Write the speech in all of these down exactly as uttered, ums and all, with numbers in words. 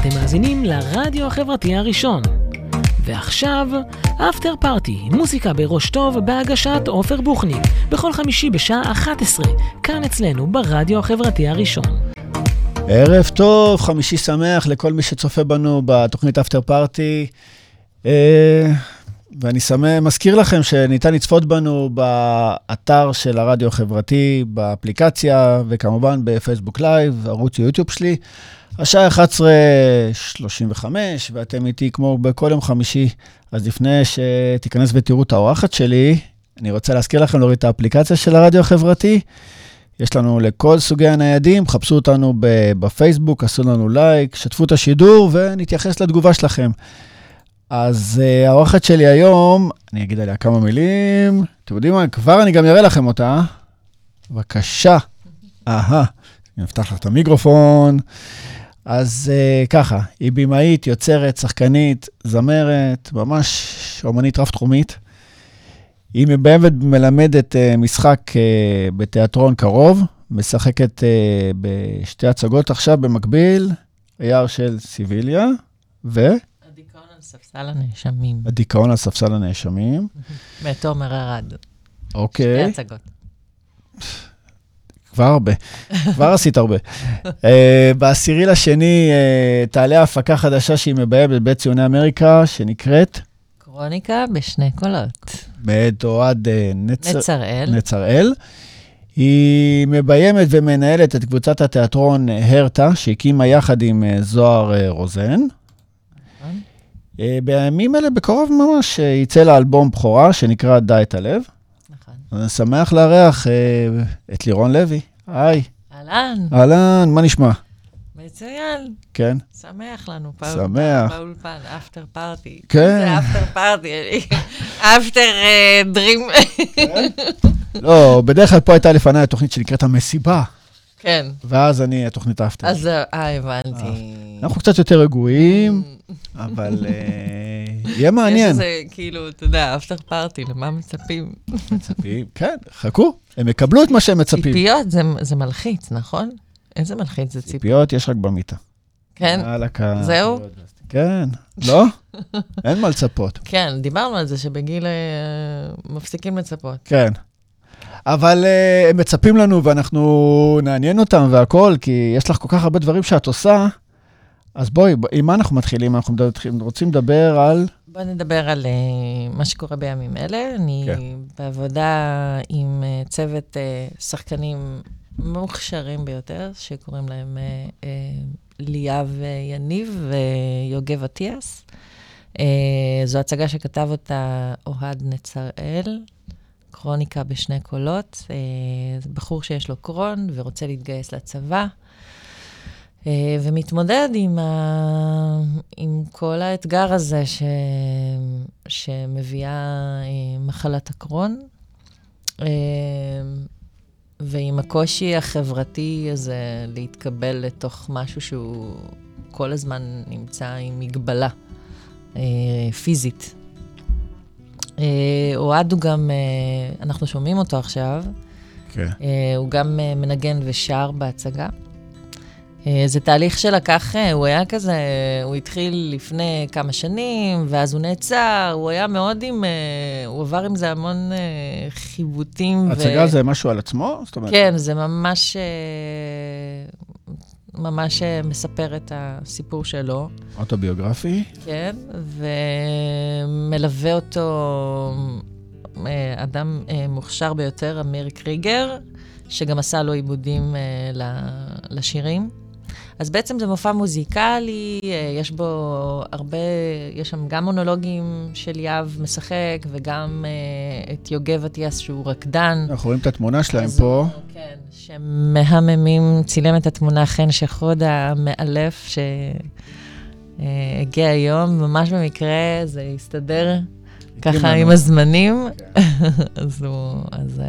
אתם מאזינים לרדיו החברתי הראשון. ועכשיו, אפטר פארטי, מוזיקה בראש טוב בהגשת עופר בוכניק, בכל חמישי בשעה אחת עשרה, כאן אצלנו ברדיו החברתי הראשון. ערב טוב, חמישי שמח לכל מי שצופה בנו בתוכנית אפטר פארטי. ואני שמח, מזכיר לכם שניתן לצפות בנו באתר של הרדיו החברתי, באפליקציה, וכמובן בפייסבוק לייב, ערוץ יוטיוב שלי. השעה אחת עשרה שלושים וחמש, ואתם איתי כמו בכל יום חמישי. אז לפני שתיכנס ותראו את האורחת שלי, אני רוצה להזכיר לכם להוריד את האפליקציה של הרדיו החברתי. יש לנו לכל סוגי הניידים, חפשו אותנו בפייסבוק, עשו לנו לייק, שתפו את השידור ונתייחס לתגובה שלכם. אז uh, האורחת שלי היום, אני אגיד עליה כמה מילים, אתם יודעים מה? כבר אני גם אראה לכם אותה. בבקשה. אהה, אני אפתח לך את המיקרופון. אז uh, ככה, היא בימאית, יוצרת, שחקנית, זמרת, ממש אומנית רב-תחומית. היא מבאמת מלמדת uh, משחק uh, בתיאטרון קרוב, משחקת uh, בשתי הצגות עכשיו במקביל, אייר של סיביליה, ו... הדיכאון על ספסל הנאשמים. הדיכאון על ספסל הנאשמים. מתומר ארד. אוקיי. שתי הצגות. כבר הרבה, כבר עשית הרבה. בעשירי לשני תעלה הפקה חדשה שהיא מביימת בבית ציוני אמריקה, שנקראת... קרוניקה בשני קולות. מאת אוהד נצראל. נצראל. היא מביימת ומנהלת את קבוצת התיאטרון הרטה, שהקימה יחד עם זוהר רוזן. בימים אלה בקרוב ממש יצא לה אלבום בכורה שנקרא דע את הלב. נכון. אני שמח לארח את לירון לוי. היי. אהלן. אהלן, מה נשמע? מצוין. כן. שמח לנו. שמח. באולפן, אפטר פארטי. כן. זה אפטר פארטי. אפטר דרים. כן. לא, בדרך כלל פה הייתה לפני התוכנית שנקראת המסיבה. כן. ואז אני, התוכנית אפטר. אז, אה, הבנתי. אנחנו קצת יותר רגועים, אבל יהיה מעניין. יש איזה, כאילו, אתה יודע, אפטר פארטי, למה מצפים? מצפים, כן, חכו, הם יקבלו את מה שהם מצפים. ציפיות זה מלחיץ, נכון? איזה מלחיץ זה ציפיות? ציפיות יש רק במיטה. כן? זהו? כן, לא? אין מה לצפות. כן, דיברנו על זה שבגיל מפסיקים לצפות. כן. אבל הם מצפים לנו ואנחנו נעניין אותם והכל, כי יש לך כל כך הרבה דברים שאת עושה, אז בואי, עם מה אנחנו מתחילים? אנחנו רוצים לדבר על... בוא נדבר על uh, מה שקורה בימים אלה. אני כן. בעבודה עם uh, צוות uh, שחקנים מוכשרים ביותר, שקוראים להם uh, uh, ליאב יניב ויוגב עטיאס. Uh, זו הצגה שכתב אותה אוהד נצראל, קרוניקה בשני קולות. Uh, זה בחור שיש לו קרון ורוצה להתגייס לצבא. ומתמודד עם, ה... עם כל האתגר הזה ש... שמביאה מחלת הקרון, ועם הקושי החברתי הזה להתקבל לתוך משהו שהוא כל הזמן נמצא עם מגבלה פיזית. אוהד הוא גם, אנחנו שומעים אותו עכשיו, okay. הוא גם מנגן ושר בהצגה. זה תהליך שלקח, הוא היה כזה, הוא התחיל לפני כמה שנים, ואז הוא נעצר, הוא היה מאוד עם, הוא עבר עם זה המון חיבוטים. הצגה ו... זה משהו על עצמו? זאת אומרת... כן, זה ממש, ממש מספר את הסיפור שלו. אוטוביוגרפי? כן, ומלווה אותו אדם מוכשר ביותר, אמיר קריגר, שגם עשה לו עיבודים לשירים. אז בעצם זה מופע מוזיקלי, יש בו הרבה, יש שם גם מונולוגים של יאב משחק, וגם uh, את יוגב עטיאס שהוא רקדן. אנחנו רואים את התמונה שלהם פה. הוא, כן, שמהממים, צילם את התמונה חן שחוד המאלף, שהגיע היום, ממש במקרה זה הסתדר ככה עם הזמנים. אז הוא, אז...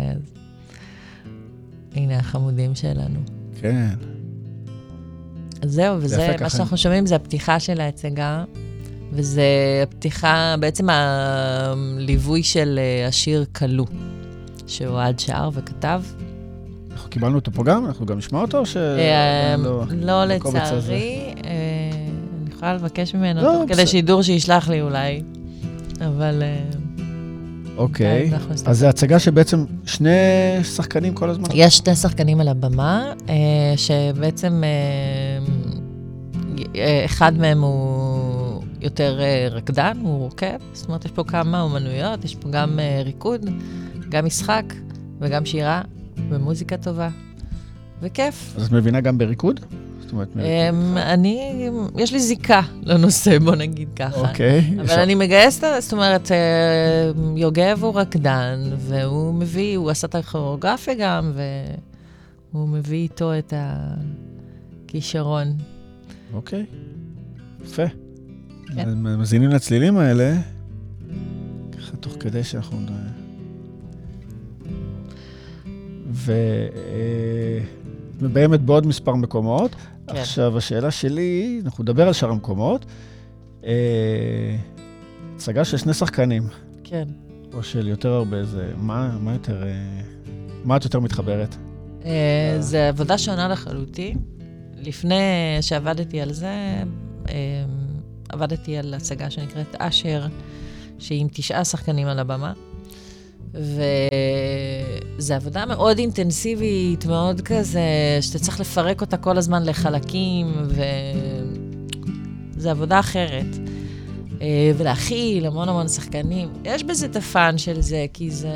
הנה החמודים שלנו. כן. אז זהו, וזה, מה שאנחנו שומעים זה הפתיחה של ההצגה, וזה הפתיחה, בעצם הליווי של השיר קלו, שאוהד שר וכתב. אנחנו קיבלנו אותו פה גם? אנחנו גם נשמע אותו? לא, לצערי. אני יכולה לבקש ממנו, לא, כדי שידור שישלח לי אולי, אבל... אוקיי, אז זה הצגה שבעצם שני שחקנים כל הזמן? יש שני שחקנים על הבמה, שבעצם אחד מהם הוא יותר רקדן, הוא רוקד, זאת אומרת, יש פה כמה אומנויות, יש פה גם ריקוד, גם משחק וגם שירה ומוזיקה טובה, וכיף. אז את מבינה גם בריקוד? זאת אומרת, אני, יש לי זיקה לנושא, בוא נגיד ככה. אוקיי. אבל אני מגייסת, זאת אומרת, יוגב הוא רקדן, והוא מביא, הוא עשה את הכוריאוגרפיה גם, והוא מביא איתו את הכישרון. אוקיי, יפה. מזינים לצלילים האלה, ככה תוך כדי שאנחנו... ו... מביימת בעוד מספר מקומות. כן. עכשיו, השאלה שלי, אנחנו נדבר על שאר המקומות, הצגה של שני שחקנים. כן. או של יותר הרבה, זה, מה, מה יותר, מה את יותר מתחברת? זה עבודה שונה לחלוטין. לפני שעבדתי על זה, עבדתי על הצגה שנקראת אשר, שהיא עם תשעה שחקנים על הבמה. וזו עבודה מאוד אינטנסיבית, מאוד כזה, שאתה צריך לפרק אותה כל הזמן לחלקים, וזו עבודה אחרת. ולהכיל המון המון שחקנים. יש בזה את הפן של זה, כי זה,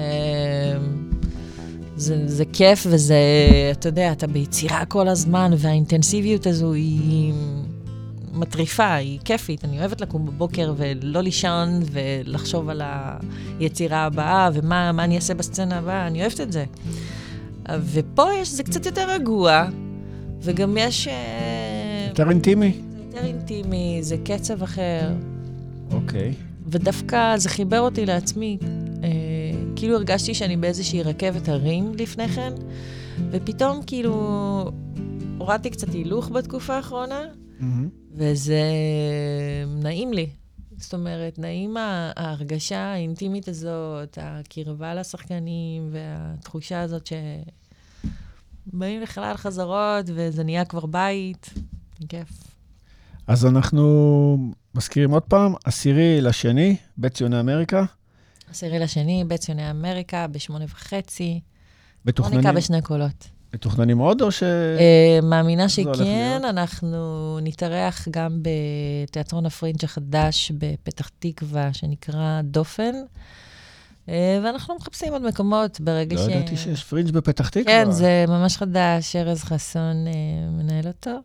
זה, זה כיף, וזה, אתה יודע, אתה ביצירה כל הזמן, והאינטנסיביות הזו היא מטריפה, היא כיפית. אני אוהבת לקום בבוקר ולא לישון, ולחשוב על היצירה הבאה, ומה מה אני אעשה בסצנה הבאה, אני אוהבת את זה. ופה יש, זה קצת יותר רגוע, וגם יש... יותר אינטימי. זה יותר אינטימי, זה קצב אחר. אוקיי. ודווקא זה חיבר אותי לעצמי. אה, כאילו הרגשתי שאני באיזושהי רכבת הרים לפני כן, ופתאום כאילו הורדתי קצת הילוך בתקופה האחרונה, mm-hmm. וזה נעים לי. זאת אומרת, נעים ההרגשה האינטימית הזאת, הקרבה לשחקנים, והתחושה הזאת שבאים לחלל חזרות, וזה נהיה כבר בית. כיף. אז אנחנו מזכירים עוד פעם, עשירי לשני, בית ציוני אמריקה. עשירי לשני, בית ציוני אמריקה, בשמונה וחצי. מתוכננים? מוניקה בשני קולות. מתוכננים עוד או ש... מאמינה שכן, אנחנו נתארח גם בתיאטרון הפרינג' החדש בפתח תקווה, שנקרא דופן, ואנחנו מחפשים עוד מקומות ברגע ש... לא ידעתי שיש פרינג' בפתח תקווה. כן, זה ממש חדש, ארז חסון מנהל אותו.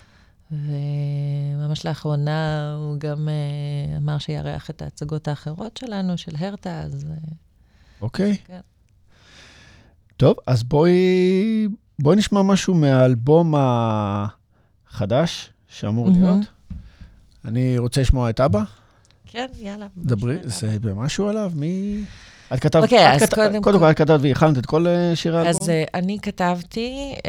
וממש לאחרונה הוא גם uh, אמר שירח את ההצגות האחרות שלנו, של הרטה, אז... אוקיי. כן. טוב, אז בואי, בואי נשמע משהו מהאלבום החדש שאמור mm-hmm. להיות. אני רוצה לשמוע את אבא. כן, יאללה. דברי, זה במשהו עליו? מי... את כתבת, אוקיי, את אז כת... קודם... קודם כל, את כתבת והכנת את כל שירי האלבום? אז uh, אני כתבתי, uh,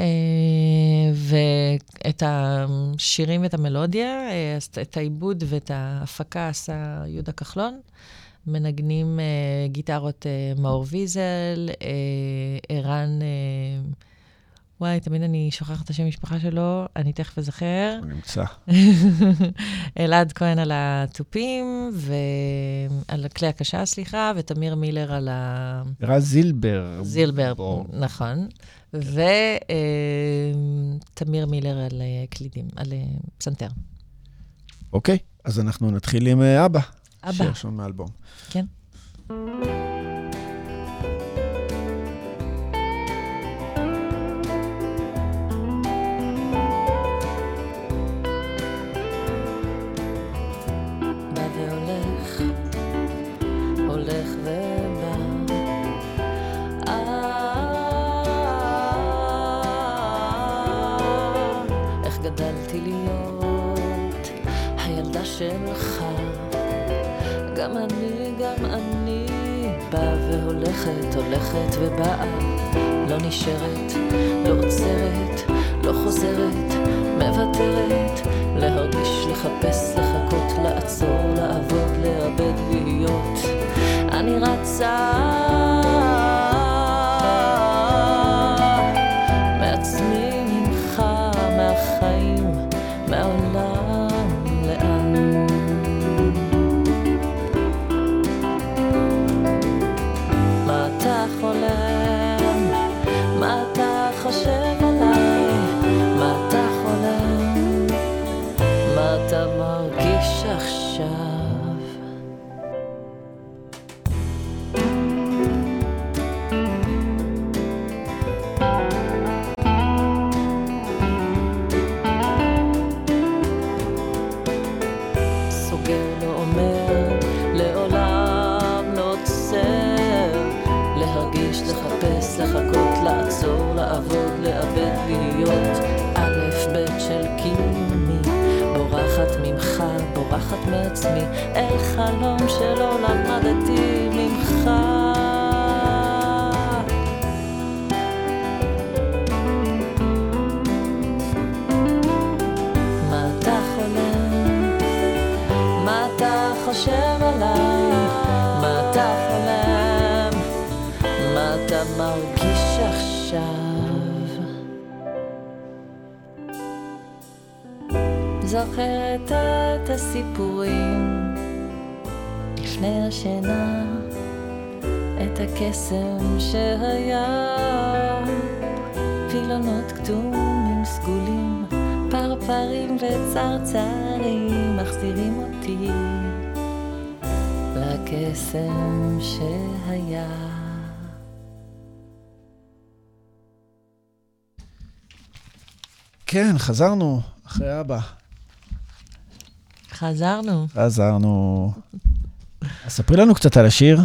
ואת השירים ואת המלודיה, uh, את העיבוד ואת ההפקה עשה יהודה כחלון, מנגנים uh, גיטרות uh, מאור ויזל, uh, ערן, uh, וואי, תמיד אני שוכחת את השם משפחה שלו, אני תכף אזכר. הוא נמצא. אלעד כהן על הטופים, ועל כלי הקשה, סליחה, ותמיר מילר על ה... רז זילבר. זילבר, נכון. ותמיר מילר על קלידים, על פסנתר. אוקיי, אז אנחנו נתחיל עם אבא. אבא. שיר שון מאלבום. כן. גדלתי להיות הילדה שלך, גם אני, גם אני באה והולכת, הולכת ובאה, לא נשארת, לא עוצרת, לא חוזרת, מוותרת, להרגיש, לחפש, לחכות, לעצור, לעבוד, לאבד, להיות. אני רצה מעצמי, ממך, מהחיים, מהעולם, לאן אתה מרגיש עכשיו? לחכות, לעצור, לעבוד, לאבד, להיות א' ב' של קיומי, בורחת ממך, בורחת מעצמי, אל חלום שלא למדתי ממך. מה אתה חולם? מה אתה חושב עליי? מה אתה חולם? מה אתה מרגיש עכשיו? זוכרת את הסיפורים לפני השינה, את הקסם שהיה, וילונות כתומים סגולים, פרפרים וצרצרים מחזירים אותי לקסם שהיה. כן, חזרנו אחרי אבא. חזרנו. חזרנו. אז ספרי לנו קצת על השיר.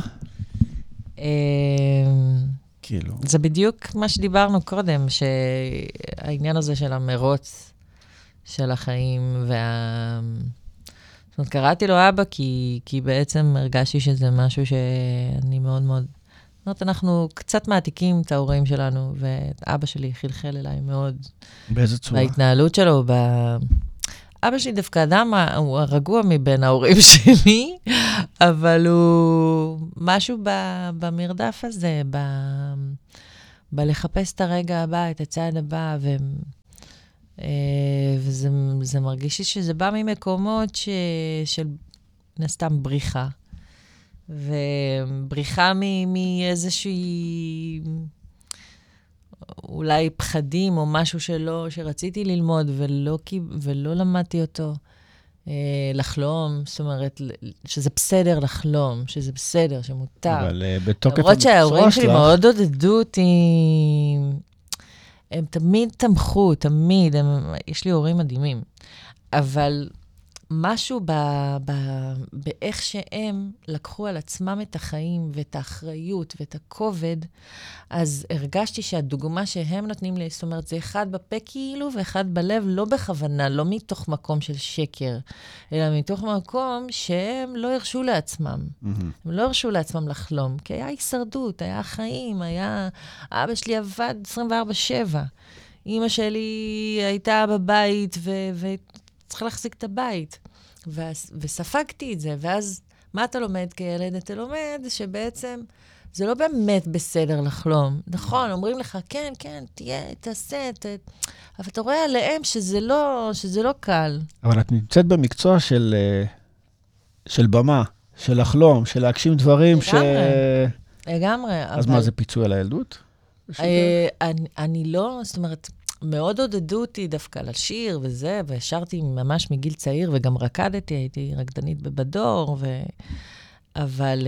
כאילו. זה בדיוק מה שדיברנו קודם, שהעניין הזה של המרוץ של החיים, וה... זאת אומרת, קראתי לו אבא, כי, כי בעצם הרגשתי שזה משהו שאני מאוד מאוד... זאת אומרת, אנחנו קצת מעתיקים את ההורים שלנו, ואבא שלי חלחל אליי מאוד. באיזה צורה? בהתנהלות שלו, ב... אבא שלי דווקא אדם, הוא הרגוע מבין ההורים שלי, אבל הוא משהו ב... במרדף הזה, ב... בלחפש את הרגע הבא, את הצעד הבא, ו... וזה זה מרגיש לי שזה בא ממקומות ש... של נסתם בריחה. ובריחה מאיזושהי, אולי פחדים או משהו שלא, שרציתי ללמוד ולא, ולא למדתי אותו. לחלום, זאת אומרת, שזה בסדר לחלום, שזה בסדר, שמותר. אבל בתוקף המקצוע שלך... למרות שההורים שלי מאוד עודדו אותי, הם תמיד תמכו, תמיד, הם, יש לי הורים מדהימים. אבל... משהו ב, ב, באיך שהם לקחו על עצמם את החיים ואת האחריות ואת הכובד, אז הרגשתי שהדוגמה שהם נותנים לי, זאת אומרת, זה אחד בפה כאילו ואחד בלב, לא בכוונה, לא מתוך מקום של שקר, אלא מתוך מקום שהם לא הרשו לעצמם. Mm-hmm. הם לא הרשו לעצמם לחלום, כי היה הישרדות, היה החיים, היה... אבא שלי עבד עשרים וארבע שבע. אמא שלי הייתה בבית ו... ו... צריך להחזיק את הבית. וספגתי את זה, ואז מה אתה לומד כילד? אתה לומד שבעצם זה לא באמת בסדר לחלום. נכון, אומרים לך, כן, כן, תהיה, תעשה, ת... אבל אתה רואה עליהם שזה לא, שזה לא קל. אבל את נמצאת במקצוע של, של במה, של לחלום, של להגשים דברים לגמרי, ש... לגמרי. אז אבל... מה, זה פיצוי על הילדות? אני, אני לא, זאת אומרת... מאוד עודדו אותי דווקא לשיר וזה, ושרתי ממש מגיל צעיר, וגם רקדתי, הייתי רקדנית בבדור, ו... אבל,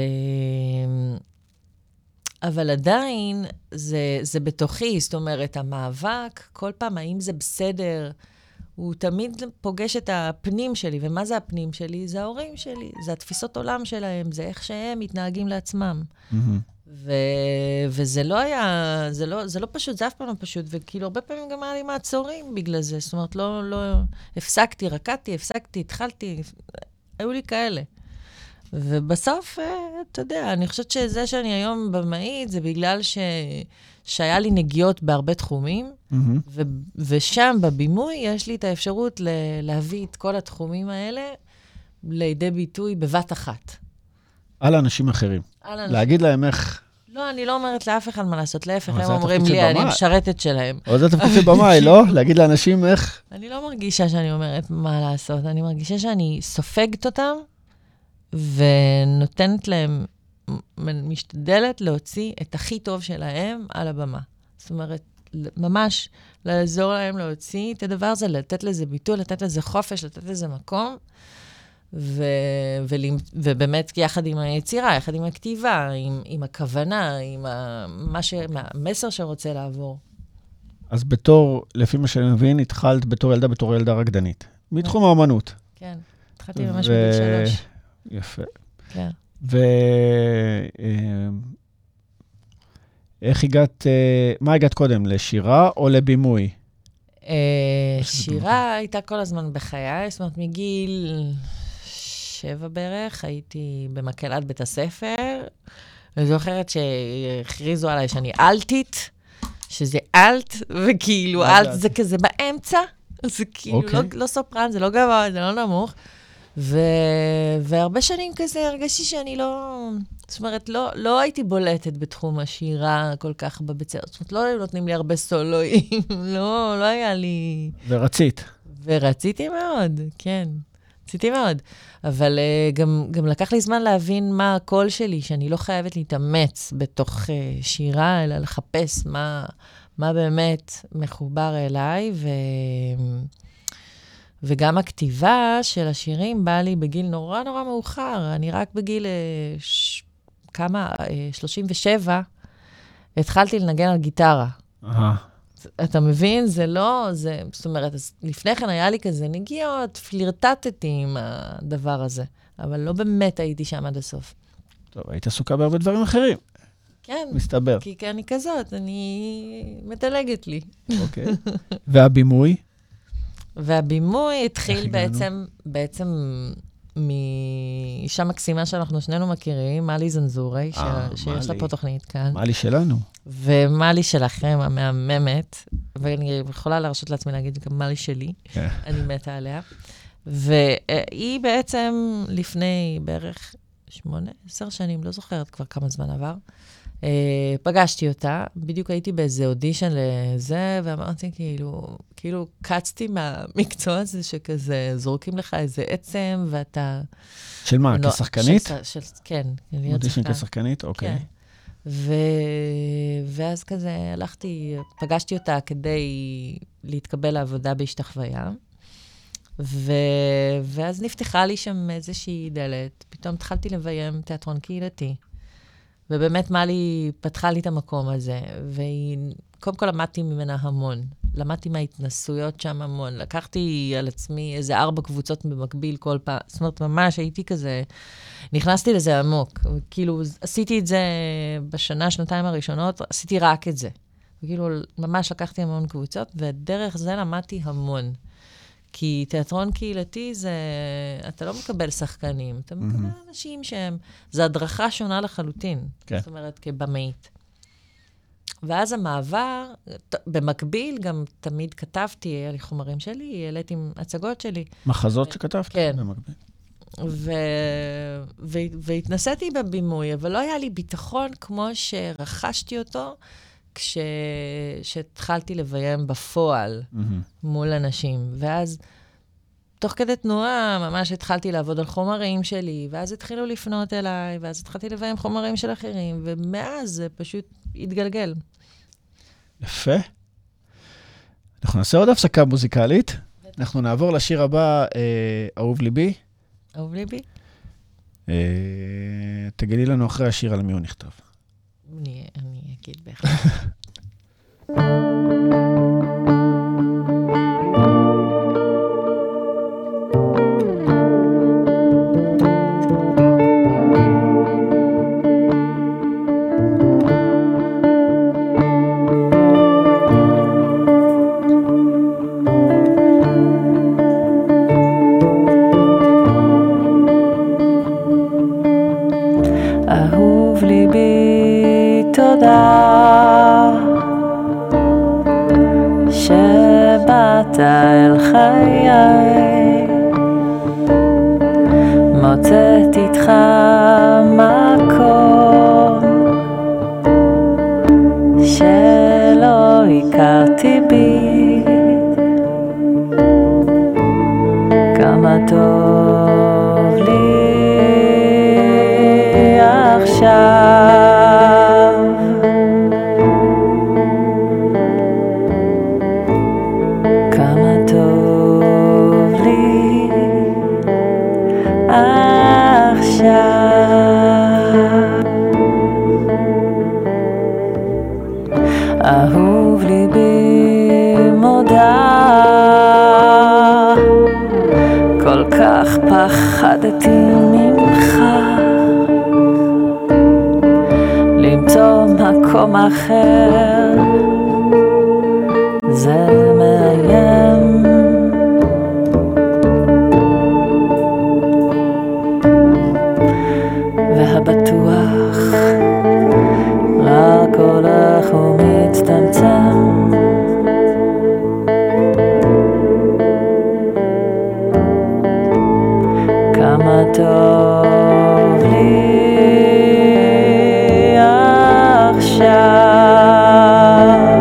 אבל עדיין זה, זה בתוכי, זאת אומרת, המאבק, כל פעם, האם זה בסדר, הוא תמיד פוגש את הפנים שלי, ומה זה הפנים שלי? זה ההורים שלי, זה התפיסות עולם שלהם, זה איך שהם מתנהגים לעצמם. Mm-hmm. ו... וזה לא היה, זה לא, זה לא פשוט, זה אף פעם לא פשוט, וכאילו הרבה פעמים גם היה לי מעצורים בגלל זה, זאת אומרת, לא, לא, הפסקתי, רקדתי, הפסקתי, התחלתי, היו לי כאלה. ובסוף, אתה יודע, אני חושבת שזה שאני היום במאית, זה בגלל ש... שהיה לי נגיעות בהרבה תחומים, mm-hmm. ו... ושם בבימוי יש לי את האפשרות ל... להביא את כל התחומים האלה לידי ביטוי בבת אחת. על אנשים אחרים. על אנשים. להגיד להם איך... לא, אני לא אומרת לאף אחד מה לעשות, להפך, הם אומרים לי, אני משרתת שלהם. אבל זה תפקיד של במאי, לא? להגיד לאנשים איך... אני לא מרגישה שאני אומרת מה לעשות, אני מרגישה שאני סופגת אותם, ונותנת להם, משתדלת להוציא את הכי טוב שלהם על הבמה. זאת אומרת, ממש לעזור להם להוציא את הדבר הזה, לתת לזה ביטוי, לתת לזה חופש, לתת לזה מקום, ו, ול, ובאמת יחד עם היצירה, יחד עם הכתיבה, עם, עם הכוונה, עם ה, מה ש, המסר שרוצה לעבור. אז בתור, לפי מה שאני מבין, התחלת בתור ילדה, בתור ילדה רקדנית. מתחום האמנות. כן, התחלתי ממש בגיל שלוש. יפה. כן. ואיך הגעת, מה הגעת קודם, לשירה או לבימוי? שירה הייתה כל הזמן בחיי, זאת אומרת, מגיל שבע בערך, הייתי במקהלת בית הספר, אני זוכרת שהכריזו עליי שאני אלטית, שזה אלט, וכאילו אלט זה כזה באמצע, זה כאילו לא סופרן, זה לא גבוה, זה לא נמוך, והרבה שנים כזה הרגשתי שאני לא, זאת אומרת, לא הייתי בולטת בתחום השירה כל כך בבית ספר, זאת אומרת, לא היו נותנים לי הרבה סולואים, לא היה לי... ורצית. ורציתי מאוד, כן, רציתי מאוד. אבל גם, גם לקח לי זמן להבין מה הקול שלי, שאני לא חייבת להתאמץ בתוך שירה, אלא לחפש מה, מה באמת מחובר אליי, ו... וגם הכתיבה של השירים באה לי בגיל נורא נורא מאוחר. אני רק בגיל ש... כמה, שלושים ושבע, התחלתי לנגן על גיטרה. אהה. אתה מבין? זה לא, זה, זאת אומרת, לפני כן היה לי כזה נגיעות, פלירטטתי עם הדבר הזה, אבל לא באמת הייתי שם עד הסוף. טוב, היית עסוקה בהרבה דברים אחרים. כן. מסתבר. כי, כי אני כזאת, אני מדלגת לי. אוקיי. והבימוי? והבימוי התחיל בעצם, בעצם מאישה מקסימה שאנחנו שנינו מכירים, מלי זנזורי, ש... שיש לה פה תוכנית כאן. מלי שלנו. ומלי שלכם, המהממת, ואני יכולה להרשות לעצמי להגיד גם מלי שלי, אני מתה עליה. והיא בעצם לפני בערך שמונה, עשר שנים, לא זוכרת כבר כמה זמן עבר, פגשתי אותה, בדיוק הייתי באיזה אודישן לזה, ואמרתי כאילו, כאילו קצתי מהמקצוע הזה שכזה זורקים לך איזה עצם, ואתה... של מה, כשחקנית? כן, אודישן כשחקנית, אוקיי. ואז כזה הלכתי, פגשתי אותה כדי להתקבל לעבודה בהשתחוויה, ואז נפתחה לי שם איזושהי דלת, פתאום התחלתי לביים תיאטרון קהילתי, ובאמת מלי פתחה לי את המקום הזה, וקודם כל למדתי ממנה המון. למדתי מההתנסויות שם המון. לקחתי על עצמי איזה ארבע קבוצות במקביל כל פעם. זאת אומרת, ממש הייתי כזה, נכנסתי לזה עמוק. כאילו, עשיתי את זה בשנה, שנתיים הראשונות, עשיתי רק את זה. וכאילו, ממש לקחתי המון קבוצות, ודרך זה למדתי המון. כי תיאטרון קהילתי זה, אתה לא מקבל שחקנים, אתה מקבל אנשים שהם, זה הדרכה שונה לחלוטין. כן. זאת אומרת, כבמאית. ואז המעבר, במקביל גם תמיד כתבתי, היה לי חומרים שלי, העליתי עם הצגות שלי. מחזות שכתבת? כן. במקביל. והתנסיתי בבימוי, אבל לא היה לי ביטחון כמו שרכשתי אותו, כשהתחלתי לביים בפועל מול אנשים. ואז, תוך כדי תנועה, ממש התחלתי לעבוד על חומרים שלי, ואז התחילו לפנות אליי, ואז התחלתי לביים חומרים של אחרים, ומאז זה פשוט התגלגל. יפה. אנחנו נעשה עוד הפסקה מוזיקלית. אנחנו נעבור לשיר הבא, אהוב ליבי. אהוב ליבי? תגידי לנו אחרי השיר על מי הוא נכתב. אני, אני אגיד בהחלט. אהוב ליבי תודה שבאת אל חיי, מוצאת איתך מקום שלא הכרתי בי, כמה טוב לי עכשיו. אהוב ליבי מודה, כל כך פחדתי ממך, למצוא מקום אחר, זה מאיים. והבטוח רק הולך ומצטמצם, כמה טוב לי עכשיו,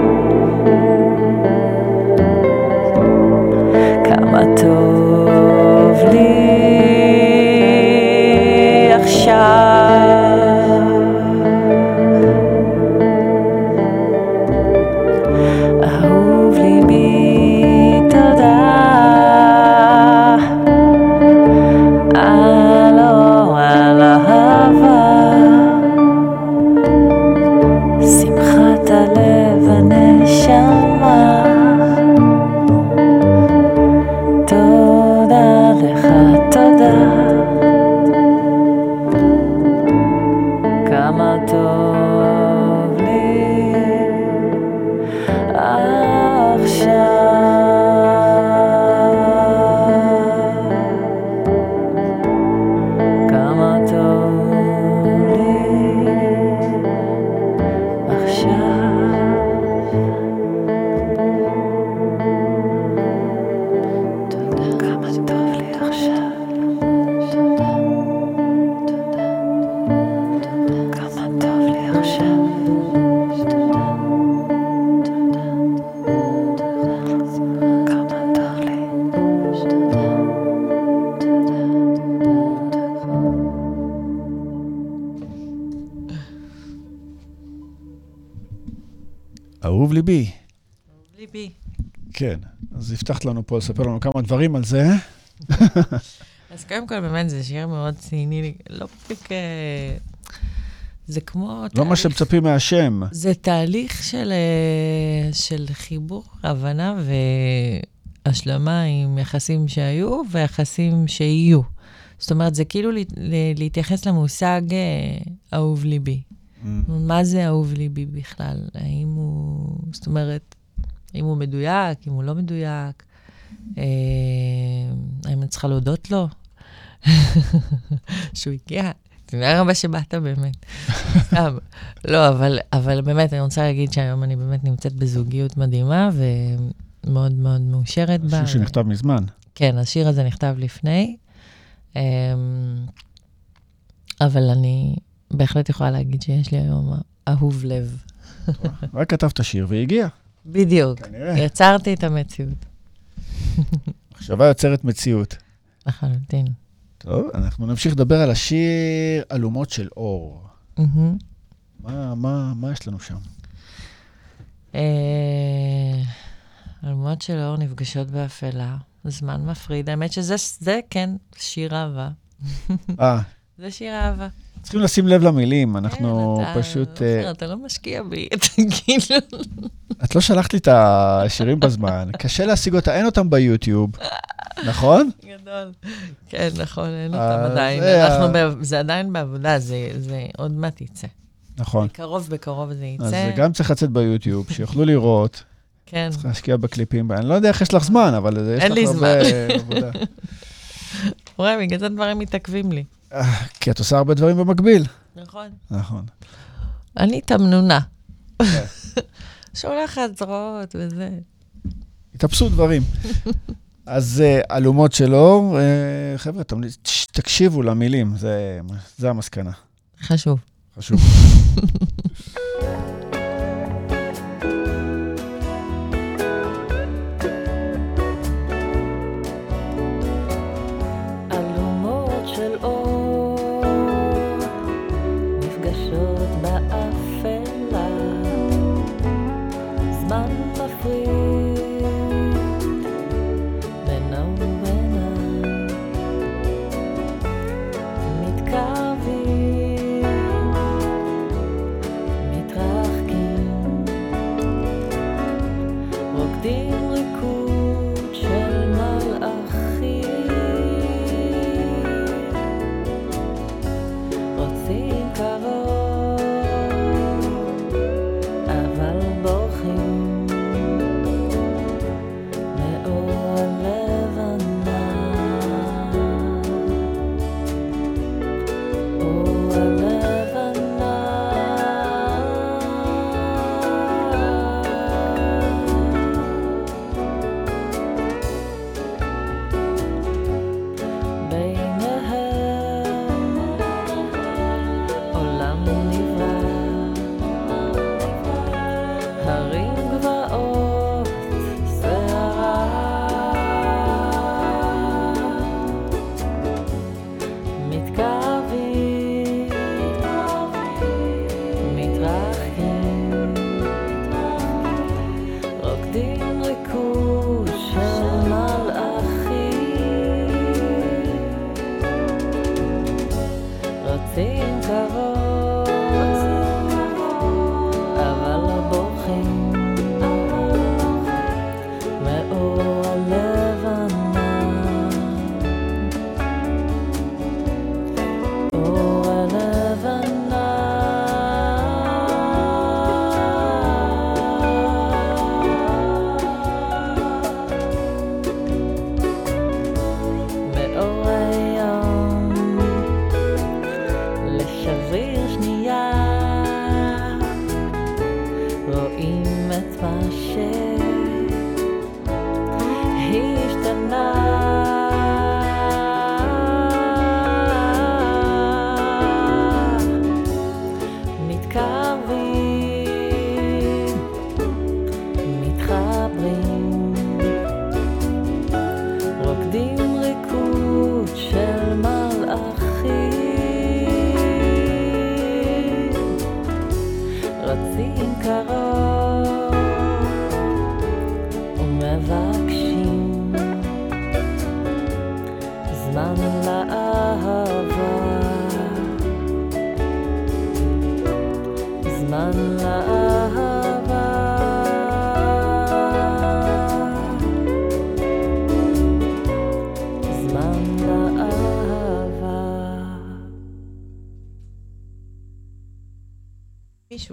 כמה טוב לי עכשיו, אהוב ליבי תודה על על אהבה, שמחת הלב הנשמה, תודה לך תודה, כמה טוב לי עכשיו, כמה טוב לי עכשיו, תודה, כמה טוב לי עכשיו, תודה, תודה, כמה טוב לי עכשיו, תודה, תודה, כמה טוב לי, תודה, תודה, אהוב ליבי. ליבי. כן, אז הבטחת לנו פה לספר לנו כמה דברים על זה. אז קודם כל, באמת, זה שיר מאוד ציני, לא בדיוק... אה, זה כמו... לא מה שמצפים מהשם. זה תהליך של, אה, של חיבור, הבנה והשלמה עם יחסים שהיו ויחסים שיהיו. זאת אומרת, זה כאילו לה- לה- להתייחס למושג אה, אהוב ליבי. Mm. מה זה אהוב ליבי בכלל? האם הוא... זאת אומרת, האם הוא מדויק, אם הוא לא מדויק? אה, האם אני צריכה להודות לו? שהוא הגיע? תודה רבה שבאת באמת. סתם. לא, אבל, אבל באמת, אני רוצה להגיד שהיום אני באמת נמצאת בזוגיות מדהימה, ומאוד מאוד מאושרת בה. שיר שנכתב מזמן. כן, השיר הזה נכתב לפני. אמ, אבל אני בהחלט יכולה להגיד שיש לי היום אהוב לב. רק כתבת שיר והגיע. בדיוק. כנראה. יצרתי את המציאות. מחשבה יוצרת מציאות. לחלוטין. טוב, אנחנו נמשיך לדבר על השיר אלומות של אור. מהמם. מה, מה, מה יש לנו שם? אה, אלומות של אור נפגשות באפלה, זמן מפריד. האמת שזה, זה כן, שיר אהבה. אה, זה שיר אהבה. צריכים לשים לב למילים, אנחנו כן, אתה- פשוט... אופיר, אה, אתה לא משקיע בי, אתה כאילו... את לא שלחת לי את השירים בזמן, קשה להשיג אותה, אין אותם ביוטיוב, נכון? גדול. כן, נכון, אין אה, אותם עדיין. זה אנחנו ה- ב- זה עדיין בעבודה, זה זה עוד מעט יצא. נכון. בקרוב, בקרוב זה אז יצא. זה גם צריך לצאת ביוטיוב, שיוכלו לראות, כן. צריך להשקיע בקליפים. אני לא יודע איך יש לך זמן, אבל יש אין לך לי הרבה זמן. עבודה. רואה, בגלל זה דברים מתעכבים לי. אה, כי את עושה הרבה דברים במקביל. נכון. נכון. אני תמנונה. כן. שולחת זרועות וזה. התאפסו דברים. אז אה, אלומות של אור, אה, חבר'ה, תמליץ- תש- תקשיבו למילים, זה- זה המסקנה. חשוב. חשוב. אלומות של אור נפגשות באפלה, זמן מפריד בינה ובינה, לאהבה, זמן לאהבה, זמן לאהבה. מישהו.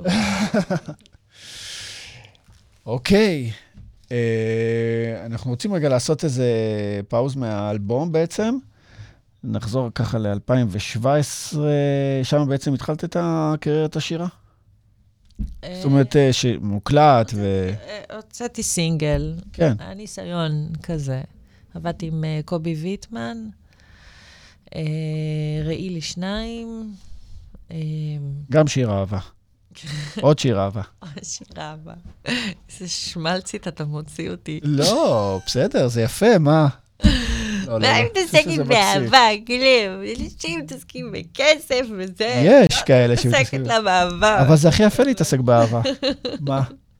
אוקיי. אה, אנחנו רוצים רגע לעשות איזה פאוז מהאלבום בעצם. נחזור ככה ל-אלפיים שבע עשרה, שם בעצם התחלת את הקריירת השירה? זאת אומרת, אה, שמוקלט ו... אה, הוצאתי סינגל. כן. היה ניסיון כזה. עבדתי עם אה, קובי ויטמן, אה, ראי לי שניים, אה, גם שיר אהבה. עוד שיר אהבה. שירה הבאה. איזה שמלצית אתה מוציא אותי. לא, בסדר, זה יפה, מה? לא, מה אם מתעסקים באהבה, כאילו, יש אנשים מתעסקים בכסף וזה. יש כאלה מתעסקת שמתעסקים. לה באהבה. אבל זה הכי יפה להתעסק באהבה. מה?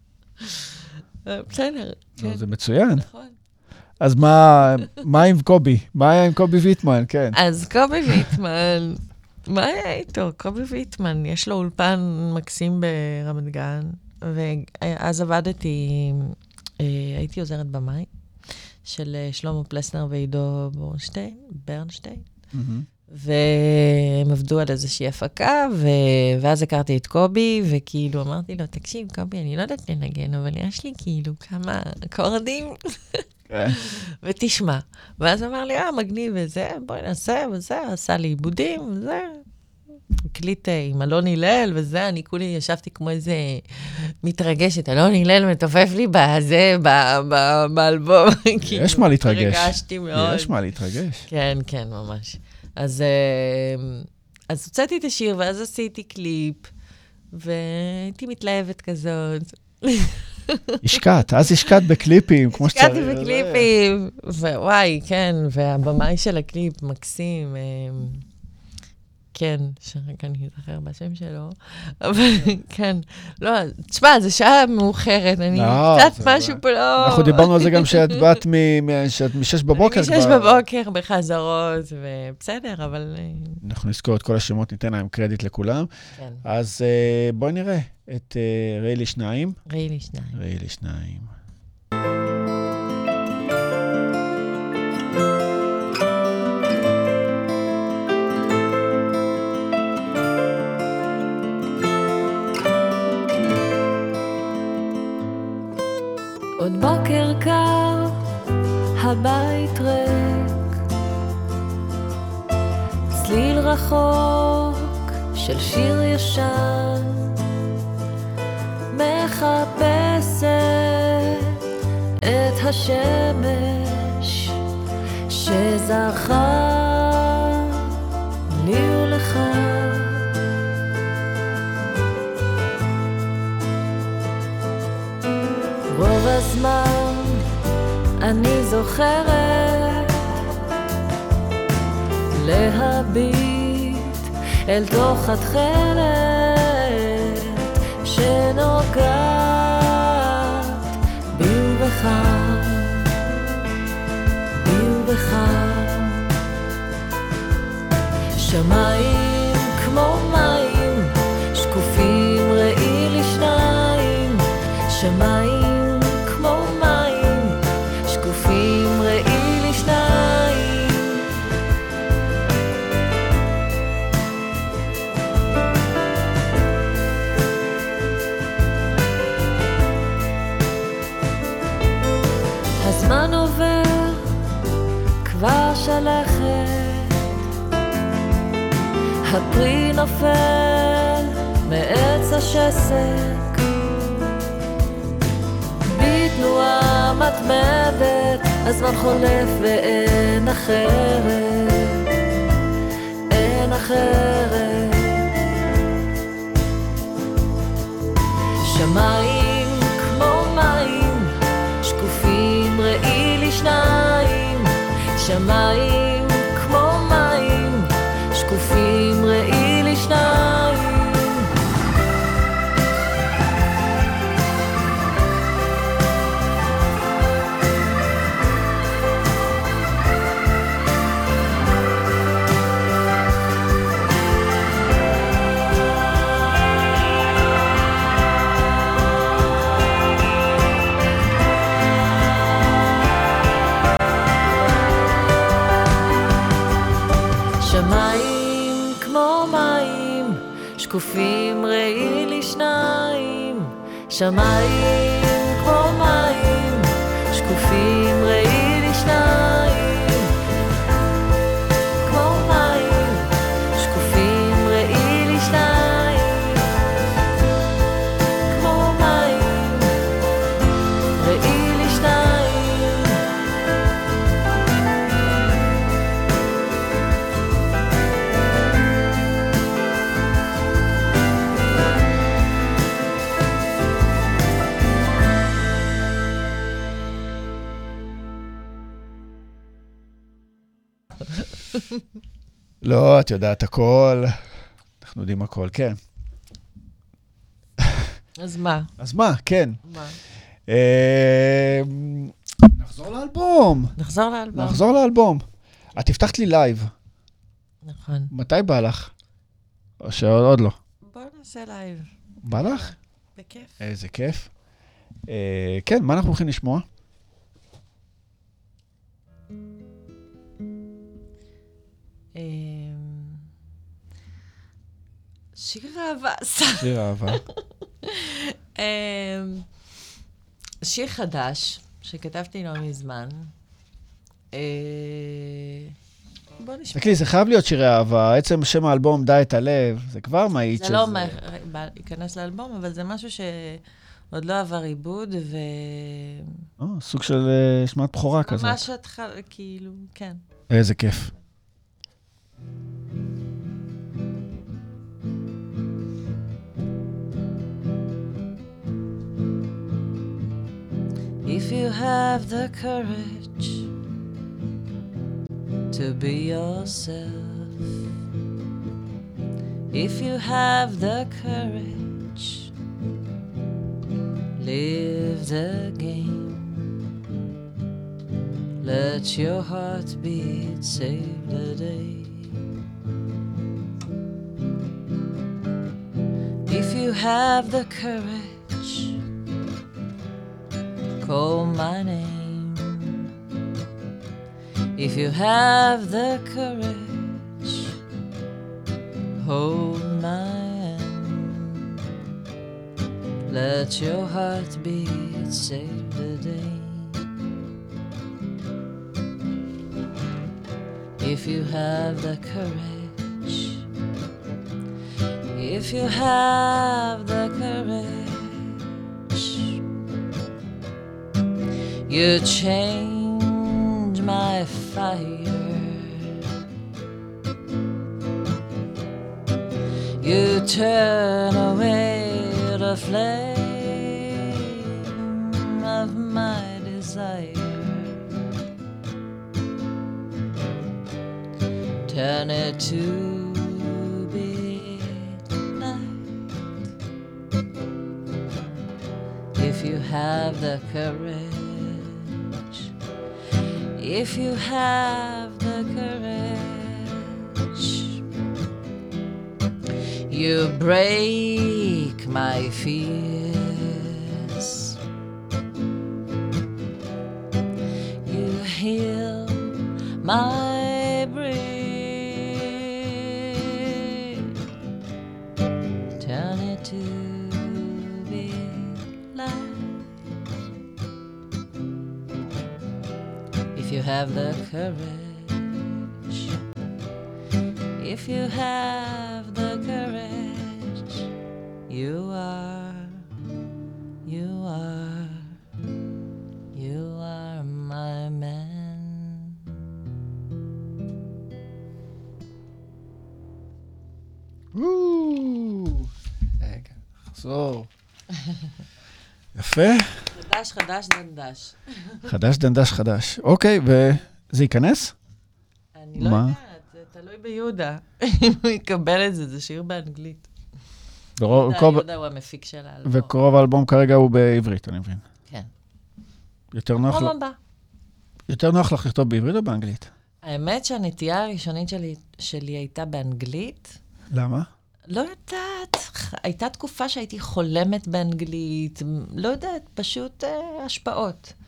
בסדר. לא, זה מצוין. נכון. אז מה מה עם קובי? מה היה עם קובי ויטמן? כן. אז קובי ויטמן, מה היה איתו? קובי ויטמן, יש לו אולפן מקסים ברמת גן, ואז עבדתי, אה, הייתי עוזרת במאי, של אה, שלמה פלסנר ועידו ברנשטיין, ברנשטיין, מהמם. והם עבדו על איזושהי הפקה, ו... ואז הכרתי את קובי, וכאילו אמרתי לו, תקשיב, קובי, אני לא יודעת לנגן, אבל יש לי כאילו כמה אקורדים, כן. ותשמע. ואז אמר לי, אה, מגניב וזה, בואי נעשה וזה, עשה לי עיבודים וזה. הקליט אה, עם אלון הלל וזה, אני כולי ישבתי כמו איזה מתרגשת, אלון הלל מתופף לי בזה, ב- ב- באלבום. יש מה להתרגש. הרגשתי מאוד. יש מה להתרגש. כן, כן, ממש. אז, אה, אז הוצאתי את השיר, ואז עשיתי קליפ, והייתי מתלהבת כזאת. השקעת, אז השקעת בקליפים, כמו שצריך. השקעתי בקליפים, ווואי, כן, והבמאי של הקליפ, מקסים, אה, כן, שרק אני אזכר בשם שלו, אבל כן, לא, תשמע, זו שעה מאוחרת, אני לא, קצת זה משהו לא. פה לא... אנחנו דיברנו על זה גם שאת באת מ- מ- שאת משש בבוקר אני כבר. משש בבוקר בחזרות, ובסדר, אבל... אה, אנחנו נזכור את כל השמות, ניתן להם קרדיט לכולם. כן, אז אה, בואי נראה את אה, ראי לי שניים. ראי לי שניים. ראי לי שניים. עוד בוקר קר, הבית ריק, צליל רחוק של שיר ישן, מחפשת את השמש שזרחה לי ולך. רוב הזמן אני זוכרת להביט אל תוך התכלת שנוגעת בי ובך, בי ובך. שמיים כמו מים שקופים, ראי לי שניים. שמיים הזמן עובר, כבר שלכת, הפרי נופל מעץ השסק, בתנועה מתמדת, הזמן חולף ואין אחרת, אין אחרת. שמיים כמו מים שקופים, ראי לי שניים. שמיים כמו מים שקופים, ראי לי שניים. שמיים כמו מים, שקופים ראי לי שניים. שמיים כמו מים, שקופים ראי לי שניים. כמו מים, שקופים ראי לי שניים. כמו מים, ראי לי שניים. לא, את יודעת הכל. אנחנו יודעים הכל, כן. אז מה? אז מה, כן. מה? אה, נחזור לאלבום. נחזור לאלבום. נחזור לאלבום. את הבטחת לי לייב. נכון. מתי בא לך? או שעוד לא. בוא נעשה לייב. בא לך? בכיף. איזה כיף. אה, כן, מה אנחנו הולכים לשמוע? שיר אהבה. שיר אהבה. שיר חדש, שכתבתי לא מזמן. בוא נשמע. תקלי, זה חייב להיות שירי אהבה. עצם שם האלבום די את הלב, זה כבר מעיד שזה... זה לא ייכנס לאלבום, אבל זה משהו שעוד לא עבר עיבוד, ו... או, סוג של שמעת בחורה כזאת. ממש התחל, כאילו, כן. איזה כיף. If you have the courage to be yourself, if you have the courage, live the game. Let your heartbeat save the day. If you have the courage, call my name. If you have the courage, hold my hand. Let your heartbeat save the day. If you have the courage, if you have the courage, you change my fire. You turn away the flame of my desire. Turn it to midnight. If you have the courage, if you have the courage, you break my fears. You heal my breath. Turn it to be light. If you have the courage, if you have the courage, you are, you are, you are my man. רגע, חזור. יפה. חדש, חדש, דנדש. חדש, דנדש, חדש. אוקיי, וזה ייכנס? אני לא יודעת, זה תלוי ביהודה. אם הוא יקבל את זה, זה שיר באנגלית. יהודה הוא המפיק של האלבום. וקרוב האלבום כרגע הוא בעברית, אני מבין. כן. יותר נוח לך... יותר נוח לך לכתוב בעברית או באנגלית? האמת שהנטייה הראשונית שלי, שלי הייתה באנגלית. למה? לא יודעת, הייתה תקופה שהייתי חולמת באנגלית, לא יודעת, פשוט אה, השפעות.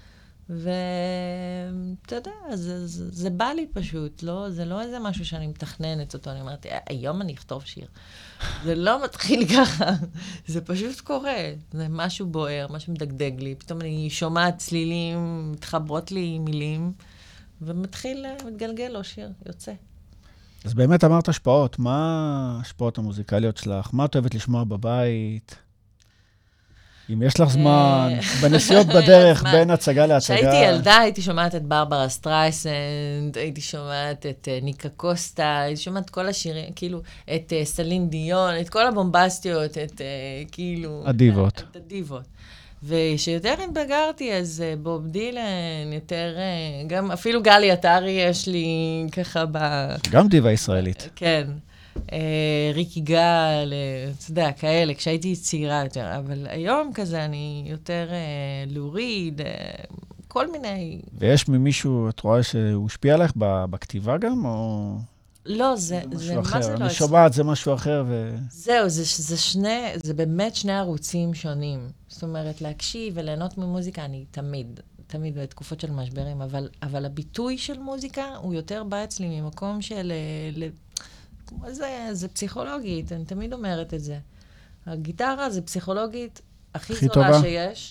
ואתה יודע, זה, זה, זה בא לי פשוט, לא, זה לא איזה משהו שאני מתכננת אותו, אני אומרת, היום אני אכתוב שיר. זה לא מתחיל ככה, זה פשוט קורה. זה משהו בוער, משהו מדגדג לי, פתאום אני שומעת צלילים, מתחברות לי מילים, ומתחיל, מתגלגל לו שיר, יוצא. אז באמת אמרת השפעות, מה ההשפעות המוזיקליות שלך? מה את אוהבת לשמוע בבית? אם יש לך זמן, בנסיעות בדרך, בין הצגה להצגה. כשהייתי ילדה, הייתי שומעת את ברברה סטרייסנד, הייתי שומעת את ניקה קוסטה, הייתי שומעת כל השירים, כאילו, את סלין דיון, את כל הבומבסטיות, את כאילו... הדיבות. את הדיבות. ושיותר התבגרתי, אז בוב דילן, יותר... גם אפילו גלי עטרי יש לי ככה ב... גם דיבה ישראלית. כן. ריקי גל, אתה יודע, כאלה, כשהייתי צעירה יותר, אבל היום כזה אני יותר להוריד, כל מיני... ויש ממישהו, את רואה שהוא השפיע עליך בכתיבה גם, או... לא, זה, זה מה זה לא... אני שומעת, זה משהו אחר ו... זהו, זה, זה שני, זה באמת שני ערוצים שונים. זאת אומרת, להקשיב וליהנות ממוזיקה, אני תמיד, תמיד בתקופות של משברים, אבל, אבל הביטוי של מוזיקה הוא יותר בא אצלי ממקום של... זה, זה פסיכולוגית, אני תמיד אומרת את זה. הגיטרה זה פסיכולוגית הכי זולה טובה. שיש.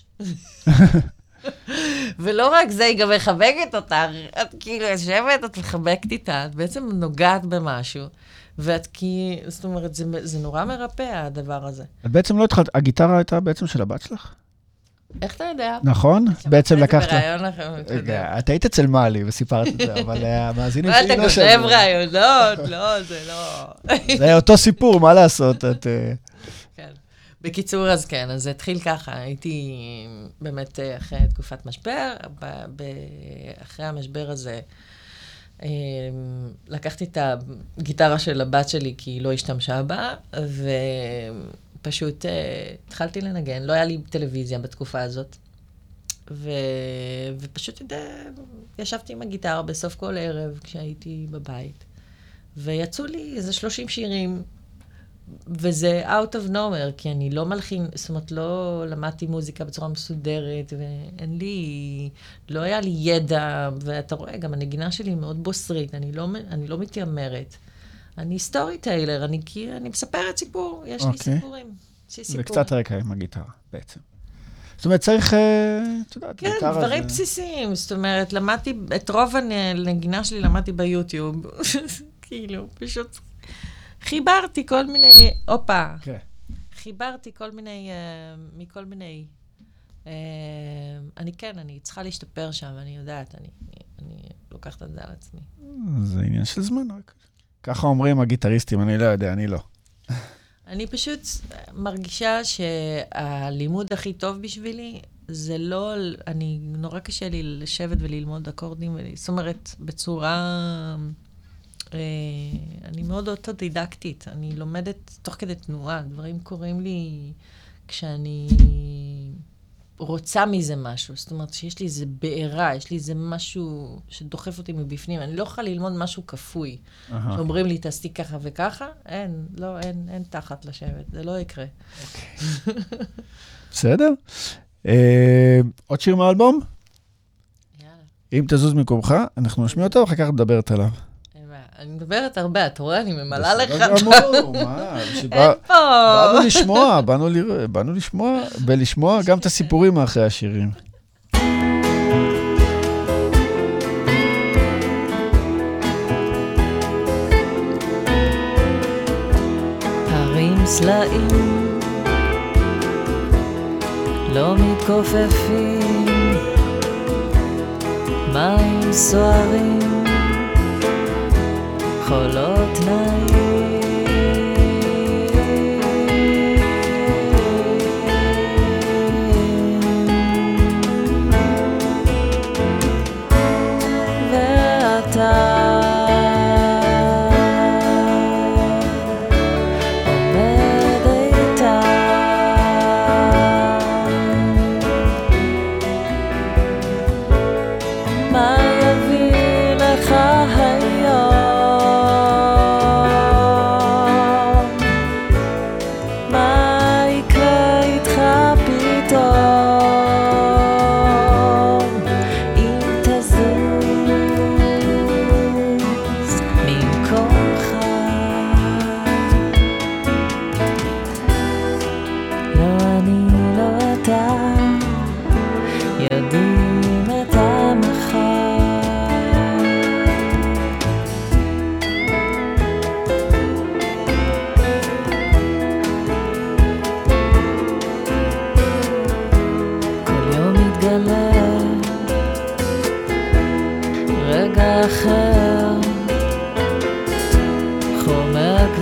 ולא רק זה, היא גם מחבקת אותה. את כאילו יושבת, את מחבקת איתה, את בעצם נוגעת במשהו. ואת כי, זאת אומרת, זה, זה נורא מרפא, הדבר הזה. את בעצם לא התחלת, הגיטרה הייתה בעצם של הבת שלך? איך אתה יודע? נכון, בעצם לקחת... ברעיון לכם, אתה יודע. את היית אצל מאלי וסיפרת את זה, אבל המאזינים שלי לא שבו. אתה גונב רעיונות, לא, זה לא... זה אותו סיפור, מה לעשות? כן. בקיצור, אז כן, אז זה התחיל ככה, הייתי באמת אחרי תקופת משבר, אחרי המשבר הזה, לקחתי את הגיטרה של הבת שלי, כי היא לא השתמשה בה, ו... פשוט uh, התחלתי לנגן, לא היה לי טלוויזיה בתקופה הזאת, ו... ופשוט uh, ישבתי עם הגיטרה בסוף כל ערב כשהייתי בבית, ויצאו לי איזה שלושים שירים, וזה out of nowhere, כי אני לא מלחין, זאת אומרת, לא למדתי מוזיקה בצורה מסודרת, ואין לי, לא היה לי ידע, ואתה רואה, גם הנגינה שלי מאוד בוסרית, אני לא, אני לא מתיימרת. אני סטורי טיילר, אני, אני מספרת סיפור, יש okay. לי סיפורים. יש לי סיפור. זה קצת רקע עם הגיטרה, בעצם. זאת אומרת, צריך, את יודעת, כן, דברים זה... בסיסיים. זאת אומרת, למדתי, את רוב הנגינה שלי למדתי ביוטיוב. כאילו, פשוט חיברתי כל מיני, אופה. כן. חיברתי כל מיני, uh, מכל מיני, uh, אני כן, אני צריכה להשתפר שם, אני יודעת, אני, אני, אני לוקחת את זה על עצמי. זה עניין של זמן רק. ככה אומרים הגיטריסטים, אני לא יודע, אני לא. אני פשוט מרגישה שהלימוד הכי טוב בשבילי, זה לא, אני, נורא קשה לי לשבת וללמוד אקורדים, זאת אומרת, בצורה, אה, אני מאוד אוטודידקטית, אני לומדת תוך כדי תנועה, דברים קורים לי כשאני רוצה מזה משהו, זאת אומרת שיש לי איזה בעירה, יש לי איזה משהו שדוחף אותי מבפנים, אני לא יכולה ללמוד משהו כפוי, שאומרים לי תעשי ככה וככה, אין, לא, אין, אין תחת לשבת, זה לא יקרה. בסדר. עוד שיר מהאלבום? יאללה. אם תזוז מקומך, אנחנו נשמיע אותו, ואחר כך מדברת עליו. אני מדברת הרבה, אתה רואה, אני ממלאה לך. אין פה. באנו לשמוע, באנו לשמוע, ולשמוע גם את הסיפורים אחרי השירים. הרים סלעים לא מתכופפים, מים סוערים חולות נעים, ואתה עומד איתה, מה יביא לך היום?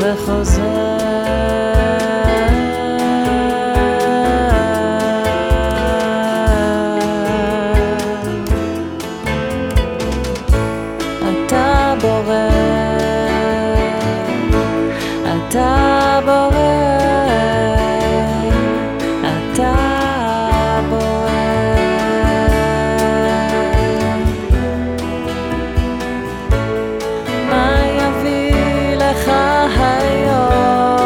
וחוזר. אתה בורא, אתה בורא, אתה בורא. מה יביא לך היום?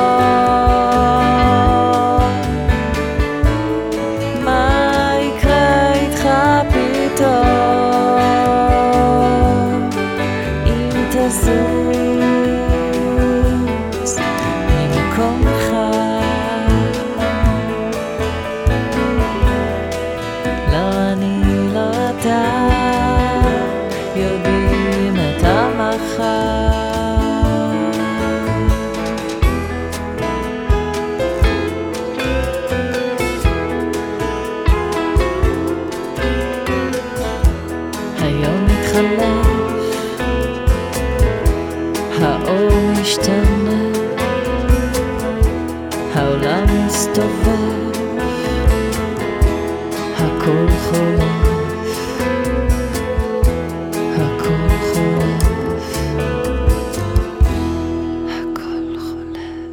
מה יקרה איתך פתאום? אם תזוז ממקומך, לא אני, לא אתה, יודעים את המחר. היום מתחלף, האור משתנה, העולם מסתובב, הכל חולף, הכל חולף, הכל חולף.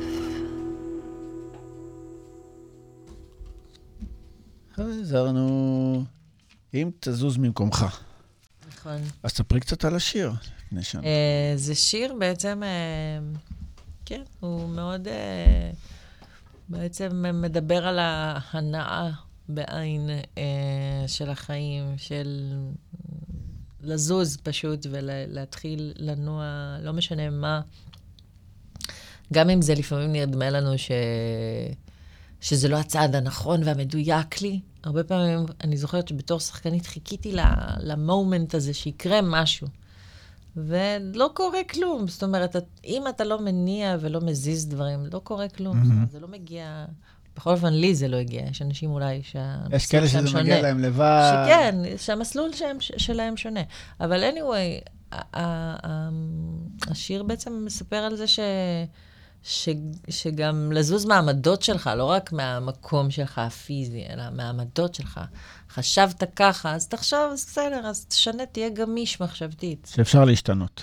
חזרנו, אם תזוז ממקומך. נכון. אז תספרי קצת על השיר. לפני שנה. אה, זה שיר בעצם, אה, כן, הוא מאוד אה, בעצם מדבר על ההנאה בעין אה, של החיים, של לזוז פשוט ולהתחיל לנוע, לא משנה מה. גם אם זה לפעמים נרדמה לנו ש... שזה לא הצעד הנכון והמדויק לי. הרבה פעמים אני זוכרת שבתור שחקנית חיכיתי למומנט הזה שיקרה משהו. ולא קורה כלום. זאת אומרת, אם אתה לא מניע ולא מזיז דברים, לא קורה כלום. Mm-hmm. זה לא מגיע, בכל אופן לי זה לא הגיע. יש אנשים אולי שהמסלול יש כאלה שזה שונה. מגיע להם לבד. שכן, שהמסלול שהם, שלהם שונה. אבל anyway, השיר בעצם מספר על זה ש... ש... שגם לזוז מהעמדות שלך, לא רק מהמקום שלך הפיזי, אלא מהעמדות שלך. חשבת ככה, אז תחשוב, אז בסדר, אז תשנה, תהיה גמיש מחשבתית. שאפשר להשתנות.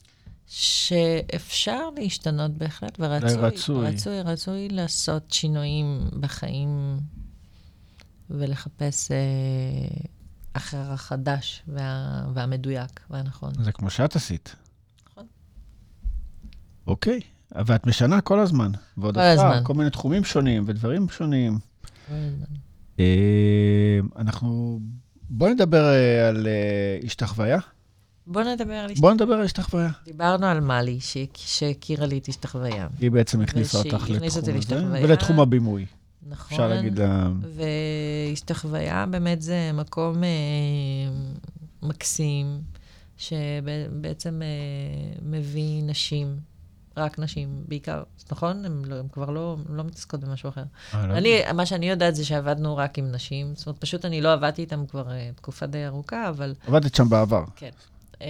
שאפשר להשתנות בהחלט, ורצוי, רצוי. רצוי, רצוי לעשות שינויים בחיים, ולחפש אה, אחר החדש וה... והמדויק והנכון. זה כמו שאת עשית. נכון. אוקיי. ואת משנה כל הזמן. ועוד כל עושה הזמן. כל מיני תחומים שונים ודברים שונים. כל הזמן. אנחנו... בוא נדבר על השתחוויה. בוא נדבר על השתחוויה. בוא נדבר על השתחוויה. דיברנו על מלי, שהכירה לי את השתחוויה. היא בעצם הכניסה אותך הכניסה אותי לתחום הזה, להשתחוויה. ולתחום הבימוי. נכון. אפשר להגיד לה... והשתחוויה באמת זה מקום אה, מקסים, שבעצם אה, מביא נשים, רק נשים, בעיקר, נכון? הם, לא, הם כבר לא, לא מתעסקות במשהו אחר. אני, מה שאני יודעת זה שעבדנו רק עם נשים, זאת אומרת, פשוט אני לא עבדתי איתם כבר uh, תקופה די ארוכה, אבל... עבדת שם בעבר. כן. Uh,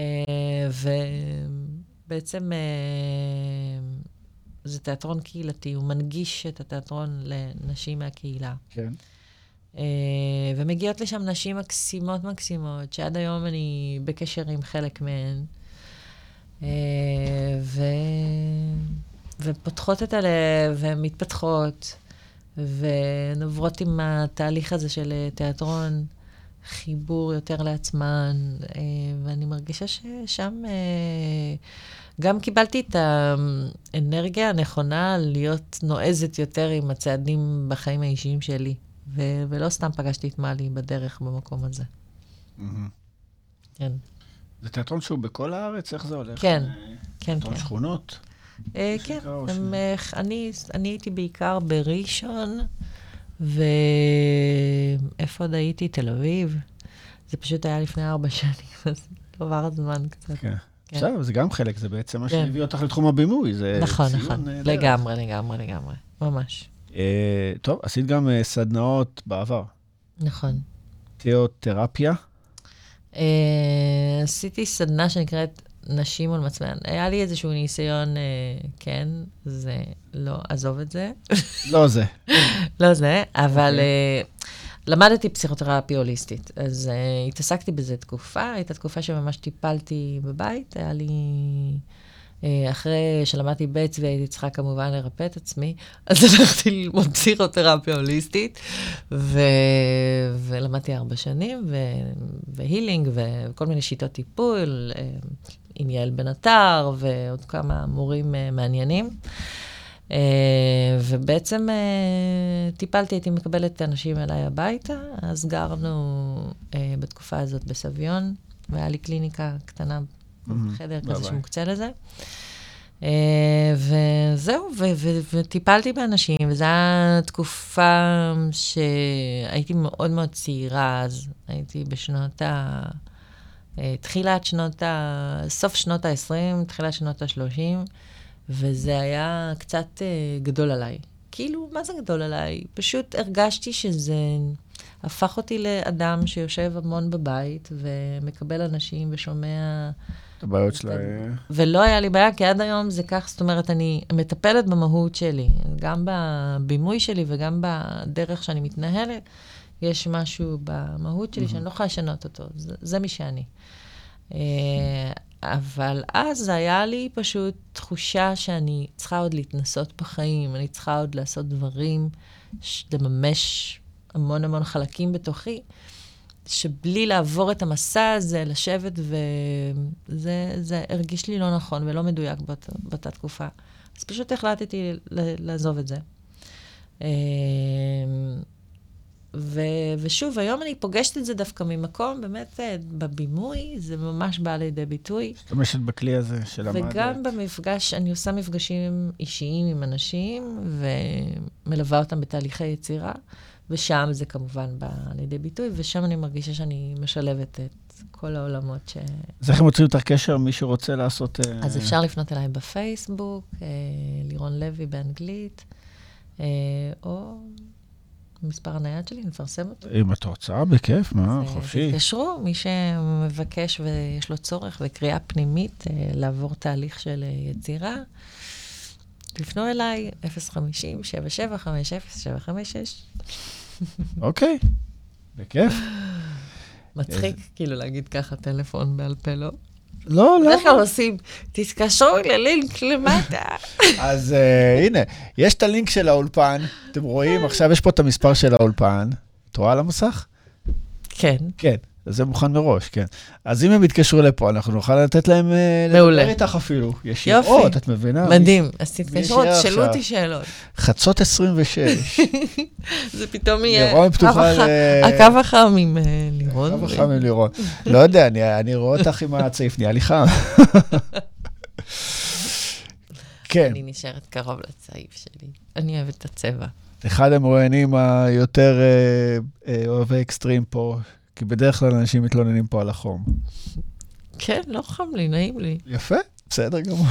ובעצם uh, זה תיאטרון קהילתי, הוא מנגיש את התיאטרון לנשים מהקהילה. כן. Uh, ומגיעות לשם נשים מקסימות מקסימות, שעד היום אני בקשר עם חלק מהן. Uh, ו... ופותחות את הלב, והן מתפתחות, ונוברות עם התהליך הזה של תיאטרון, חיבור יותר לעצמן, uh, ואני מרגישה ששם uh, גם קיבלתי את האנרגיה הנכונה להיות נועזת יותר עם הצעדים בחיים האישיים שלי, ו... ולא סתם פגשתי את מלי בדרך במקום הזה. Mm-hmm. כן. זה תיאטרון שהוא בכל הארץ? איך זה הולך? כן, כן, תיאטרון כן. שכונות? אה, כן, הם, אה, אני, אני הייתי בעיקר בראשון, ואיפה עוד הייתי? תל אביב. זה פשוט היה לפני ארבע שנים, אז עבר הזמן קצת. כן. בסדר, זה גם חלק, זה בעצם מה שהביא אותך לתחום הבימוי, זה נכון, ציון נכון, דרך. לגמרי, לגמרי, לגמרי, ממש. אה, טוב, עשית גם אה, סדנאות בעבר. נכון. תיאותרפיה? אה, עשיתי סדנה שנקראת נשים מול מצלמה. היה לי איזשהו ניסיון, כן, זה לא, עזוב את זה. לא זה. לא זה, אבל למדתי פסיכותרפיה הוליסטית, אז התעסקתי בזה תקופה, הייתה תקופה שממש טיפלתי בבית, היה לי... אחרי שלמדתי בית והייתי צריכה כמובן לרפא את עצמי, אז הלכתי ללמוד פסיכותרפיה הוליסטית, ו... ולמדתי ארבע שנים, ו... והילינג, וכל מיני שיטות טיפול, עם יעל בן עטר, ועוד כמה מורים מעניינים. ובעצם טיפלתי, הייתי מקבלת את האנשים אליי הביתה, אז גרנו בתקופה הזאת בסביון, והיה לי קליניקה קטנה, חדר כזה שמוקצה לזה. וזהו, וטיפלתי באנשים, וזו הייתה תקופה שהייתי מאוד מאוד צעירה, אז הייתי בשנות ה... תחילת שנות ה... סוף שנות ה-עשרים, תחילת שנות ה-שלושים, וזה היה קצת גדול עליי. כאילו, מה זה גדול עליי? פשוט הרגשתי שזה הפך אותי לאדם שיושב המון בבית, ומקבל אנשים ושומע... הבעיות שלה... ולא היה לי בעיה, כי עד היום זה כך, זאת אומרת, אני מטפלת במהות שלי, גם בבימוי שלי וגם בדרך שאני מתנהלת, יש משהו במהות שלי שאני לא יכולה לשנות אותו, זה, זה מי שאני. אבל אז היה לי פשוט תחושה שאני צריכה עוד להתנסות בחיים, אני צריכה עוד לעשות דברים, לממש המון המון חלקים בתוכי, שבלי לעבור את המסע הזה, לשבת, וזה זה הרגיש לי לא נכון ולא מדויק בת, באותה תקופה. אז פשוט החלטתי לעזוב את זה. ו, ושוב, היום אני פוגשת את זה דווקא ממקום, באמת, בבימוי, זה ממש בא לידי ביטוי. משתמשת בכלי הזה של המעדת. וגם במפגש, אני עושה מפגשים אישיים עם אנשים, ומלווה אותם בתהליכי יצירה, ושם זה כמובן בא לידי ביטוי, ושם אני מרגישה שאני משלבת את כל העולמות ש... אז איך הם מוצאים את הקשר, מי שרוצה לעשות... אז אפשר לפנות אליי בפייסבוק, לירון לוי באנגלית, או מספר הנייד שלי, נפרסם אותו. אם את רוצה, בכיף, מה, חופשי. תתקשרו, מי שמבקש ויש לו צורך וקריאה פנימית, לעבור תהליך של יצירה, תפנו אליי, אפס חמישים שבע שבע חמש אפס שבע חמש שש. אוקיי, בכיף. מצחיק, כאילו להגיד ככה טלפון בעל פה, לא? לא, לא. איך הם עושים? תתקשרו ללינק למטה. אז הנה, יש את הלינק של האולפן, אתם רואים, עכשיו יש פה את המספר של האולפן. את רואה על המסך? כן. כן. זה מוכן מראש, כן. אז אם הם יתקשרו לפה, אנחנו נוכל לתת להם... מעולה. לדבר איתך אפילו. ישירות, את מבינה? מדהים. אז תתקשרו, תשאלו אותי שאלות. חצות עשרים ושש. זה פתאום יהיה... לירון פתוחה ל... הקו החם עם לירון. הקו החם עם לירון. לא יודע, אני רואה אותך עם הצעיף, נהיה לי חם. כן. אני נשארת קרוב לצעיף שלי. אני אוהבת את הצבע. אחד המרואיינים היותר אוהבי אקסטרים פה, כי בדרך כלל אנשים מתלוננים פה על החום. כן, לא חם לי, נעים לי. יפה, בסדר גמור.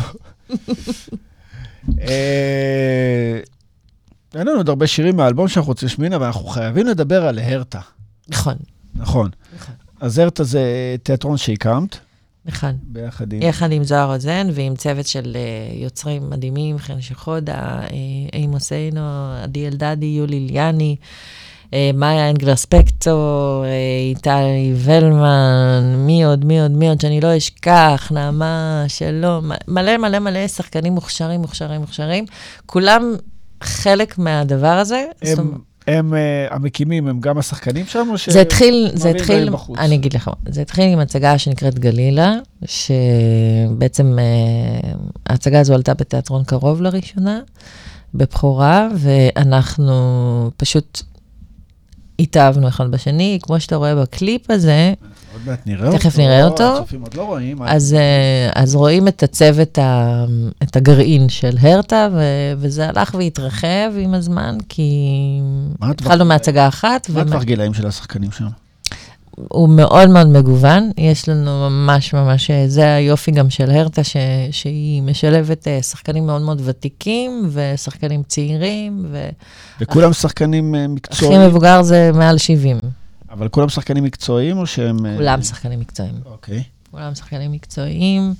אין לנו עוד הרבה שירים מהאלבום שאנחנו רוצים לשמיע, אבל אנחנו חייבים לדבר על הרטה. נכון. נכון. אז הרטה זה תיאטרון שהקמת. נכון. ביחד עם... יחד עם זוהר רוזן, ועם צוות של יוצרים מדהימים, חן שחודה, אימו סיינו, עדי אלדדי, יולי ליאני, מאיה אנגלר ספקטור, איתי ולמן, מי עוד, מי עוד, מי עוד, שאני לא אשכח, נעמה, שלום, מלא מלא מלא שחקנים מוכשרים, מוכשרים, מוכשרים. כולם חלק מהדבר הזה. הם, הם, המקימים, הם גם השחקנים שם, או ש... זה התחיל, זה התחיל, אני אגיד לך, זה התחיל עם הצגה שנקראת גלילה, שבעצם ההצגה הזו עלתה בתיאטרון קרוב לראשונה, בבחורה, ואנחנו פשוט... התאהבנו אחד בשני, כמו שאתה רואה בקליפ הזה, עוד מעט נראה אותו, תכף נראה אותו, הצופים עוד לא רואים. אז, אז רואים את הצוות, את הגרעין של הרטה, וזה הלך והתרחב עם הזמן, כי התחלנו מהצגה אחת. מה כבר גילאים של השחקנים שם? הוא מאוד מאוד מגוון, יש לנו ממש ממש, זה היופי גם של הרטה, ש, שהיא משלבת שחקנים מאוד מאוד ותיקים, ושחקנים צעירים, ו... וכולם אח... שחקנים מקצועיים? הכי מבוגר זה מעל שבעים. אבל כולם שחקנים מקצועיים, או שהם... כולם שחקנים מקצועיים. אוקיי. כולם שחקנים מקצועיים,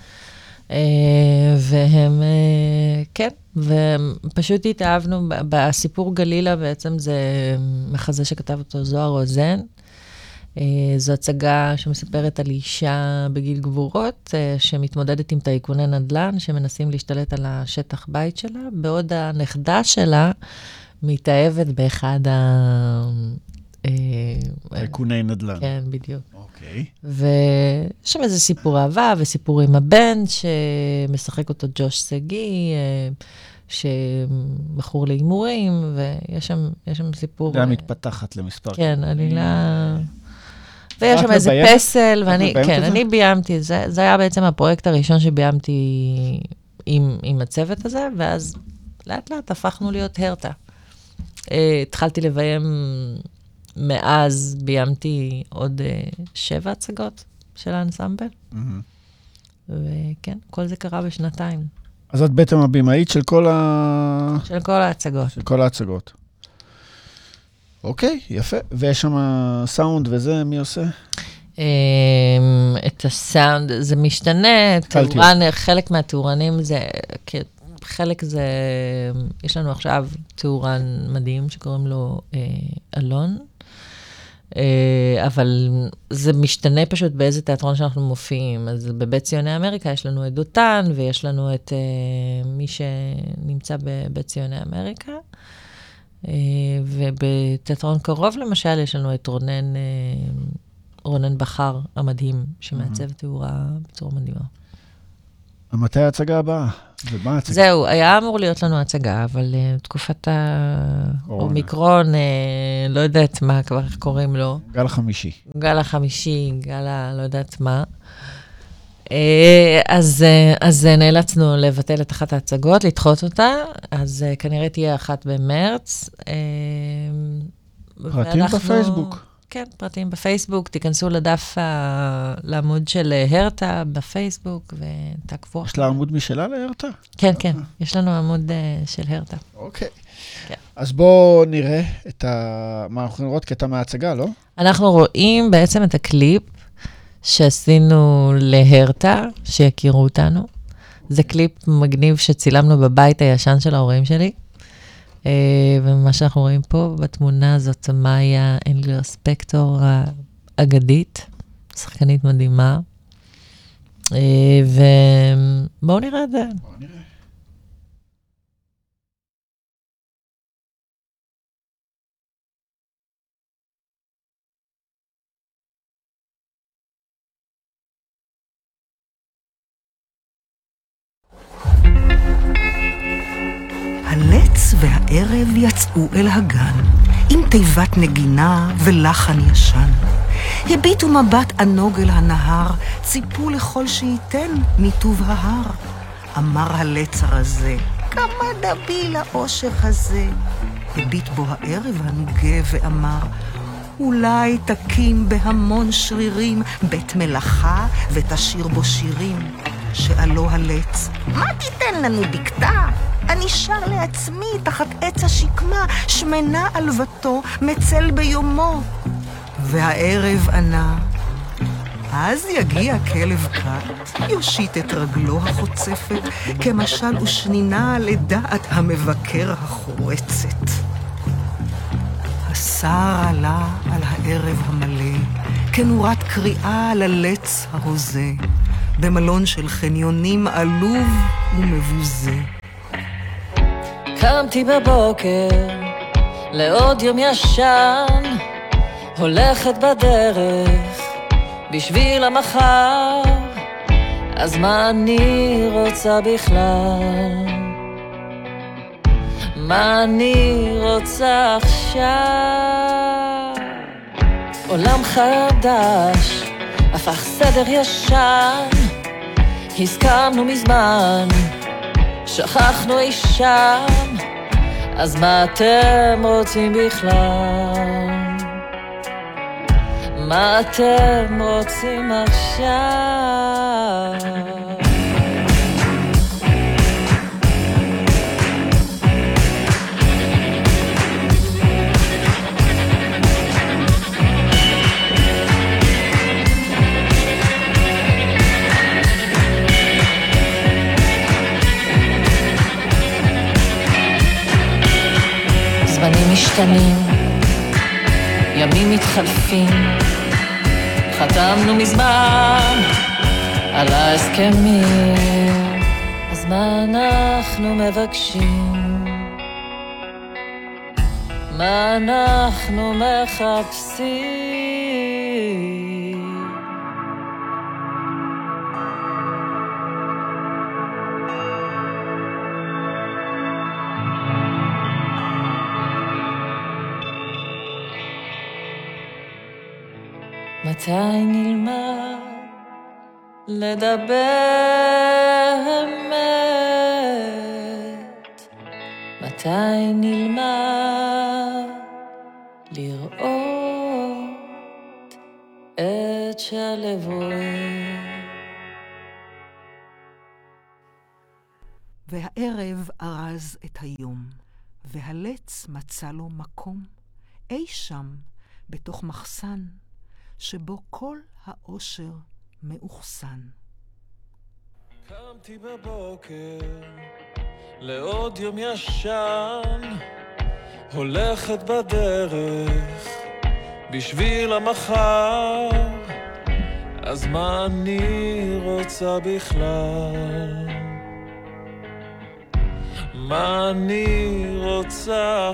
והם, כן, ופשוט התאהבנו, בסיפור גלילה בעצם זה מחזה שכתב אותו זוהר רוזן, זו הצגה שמספרת על אישה בגיל גבורות, שמתמודדת עם טייקוני נדל"ן, שמנסים להשתלט על השטח בית שלה, בעוד הנכדה שלה מתאהבת באחד ה... טייקוני נדל"ן. כן, בדיוק. אוקיי. ושם איזה סיפור אהבה, וסיפור עם הבן, שמשחק אותו ג'וש סגי, שבחור להימורים, ויש שם, יש שם סיפור... זה היה מתפתחת למספר. כן, עלילה... ויש שם איזה פסל, ואני, כן, אני ביימתי, זה, זה היה בעצם הפרויקט הראשון שביימתי עם, עם הצוות הזה, ואז לאט לאט הפכנו להיות הרטה. התחלתי לביים, מאז ביימתי עוד שבע הצגות של האנסמבל, וכן, כל זה קרה בשנתיים. אז את בעצם הבימאית של כל ה... של כל ההצגות. של כל ההצגות. אוקיי, יפה. ויש שם סאונד וזה, מי עושה? את הסאונד, זה משתנה, תאורן, חלק מהתאורנים זה, חלק זה, יש לנו עכשיו תאורן מדהים שקוראים לו אלון, אבל זה משתנה פשוט באיזה תיאטרון שאנחנו מופיעים. אז בבית ציוני אמריקה יש לנו את דותן, ויש לנו את מי שנמצא בבית ציוני אמריקה, ובתיאטרון קרוב למשל יש לנו את רונן, רונן בחר המדהים, שמעצב תאורה בצורה מדהימה. מתי ההצגה הבאה? ומה ההצגה? זהו, היה אמור להיות לנו הצגה, אבל תקופת האומיקרון, לא יודעת מה כבר קוראים לו. גל החמישי. גל החמישי, גל ה... לא יודעת מה. אז, אז נאלצנו לבטל את אחת ההצגות, לדחות אותה, אז כנראה תהיה אחת במרץ. פרטים ואנחנו, בפייסבוק. כן, פרטים בפייסבוק, תיכנסו לדף, ה... לעמוד של הרטה בפייסבוק, ותעקבו. יש לה עמוד משלה להרטה? כן, כן, יש לנו עמוד uh, של הרטה. אוקיי. כן. אז בואו נראה את ה... מה אנחנו נראות קטע מההצגה, לא? אנחנו רואים בעצם את הקליפ, שעשינו להרטה, שיכירו אותנו. זה קליפ מגניב שצילמנו בבית הישן של ההורים שלי. ומה שאנחנו רואים פה בתמונה זאת מאיה אנגלר ספקטור האגדית, שחקנית מדהימה. ובואו נראה את זה. בואו נראה. הלץ והערב יצאו אל הגן, עם תיבת נגינה ולחן ישן. הביטו מבט ענוג אל הנהר, ציפו לכל שייתן מטוב ההר. אמר הלץ הרזה, כמה דבי לאושר הזה. הביט בו הערב הנוגה ואמר, אולי תקים בהמון שרירים בית מלאכה ותשיר בו שירים. שאלו הלץ, מה תיתן לנו בקתה? אני שר לעצמי תחת עץ השקמה, שמנה עלבתו, מצל ביומו. והערב ענה, אז יגיע כלב קט, יושיט את רגלו החוצפת, כמשל ושנינה לדעת המבקר החורצת. השר עלה על הערב המלא, כנורת קריאה ללץ ההוזה, במלון של חניונים עלוב ומבוזה. קמתי בבוקר לעוד יום ישן, הולכת בדרך בשביל המחר, אז מה אני רוצה בכלל? מה אני רוצה עכשיו? עולם חדש הפך סדר ישן, הסכמנו מזמן, שכחנו אי שם, אז מה אתם רוצים בכלל? מה אתם רוצים עכשיו? דברים משתנים, ימים מתחלפים, חתמנו מזמן על ההסכמים, אז מה אנחנו מבקשים? מה אנחנו מחפשים? מתי נלמד לדבר אמת? מתי נלמד לראות את שלב רואה? והערב ארז את היום, והלץ מצא לו מקום, אי שם בתוך מחסן, שבו כל האושר מאוחסן. קמתי בבוקר לעוד יום ישן, הולכת בדרך בשביל המחר, אז מה אני רוצה בכלל? מה אני רוצה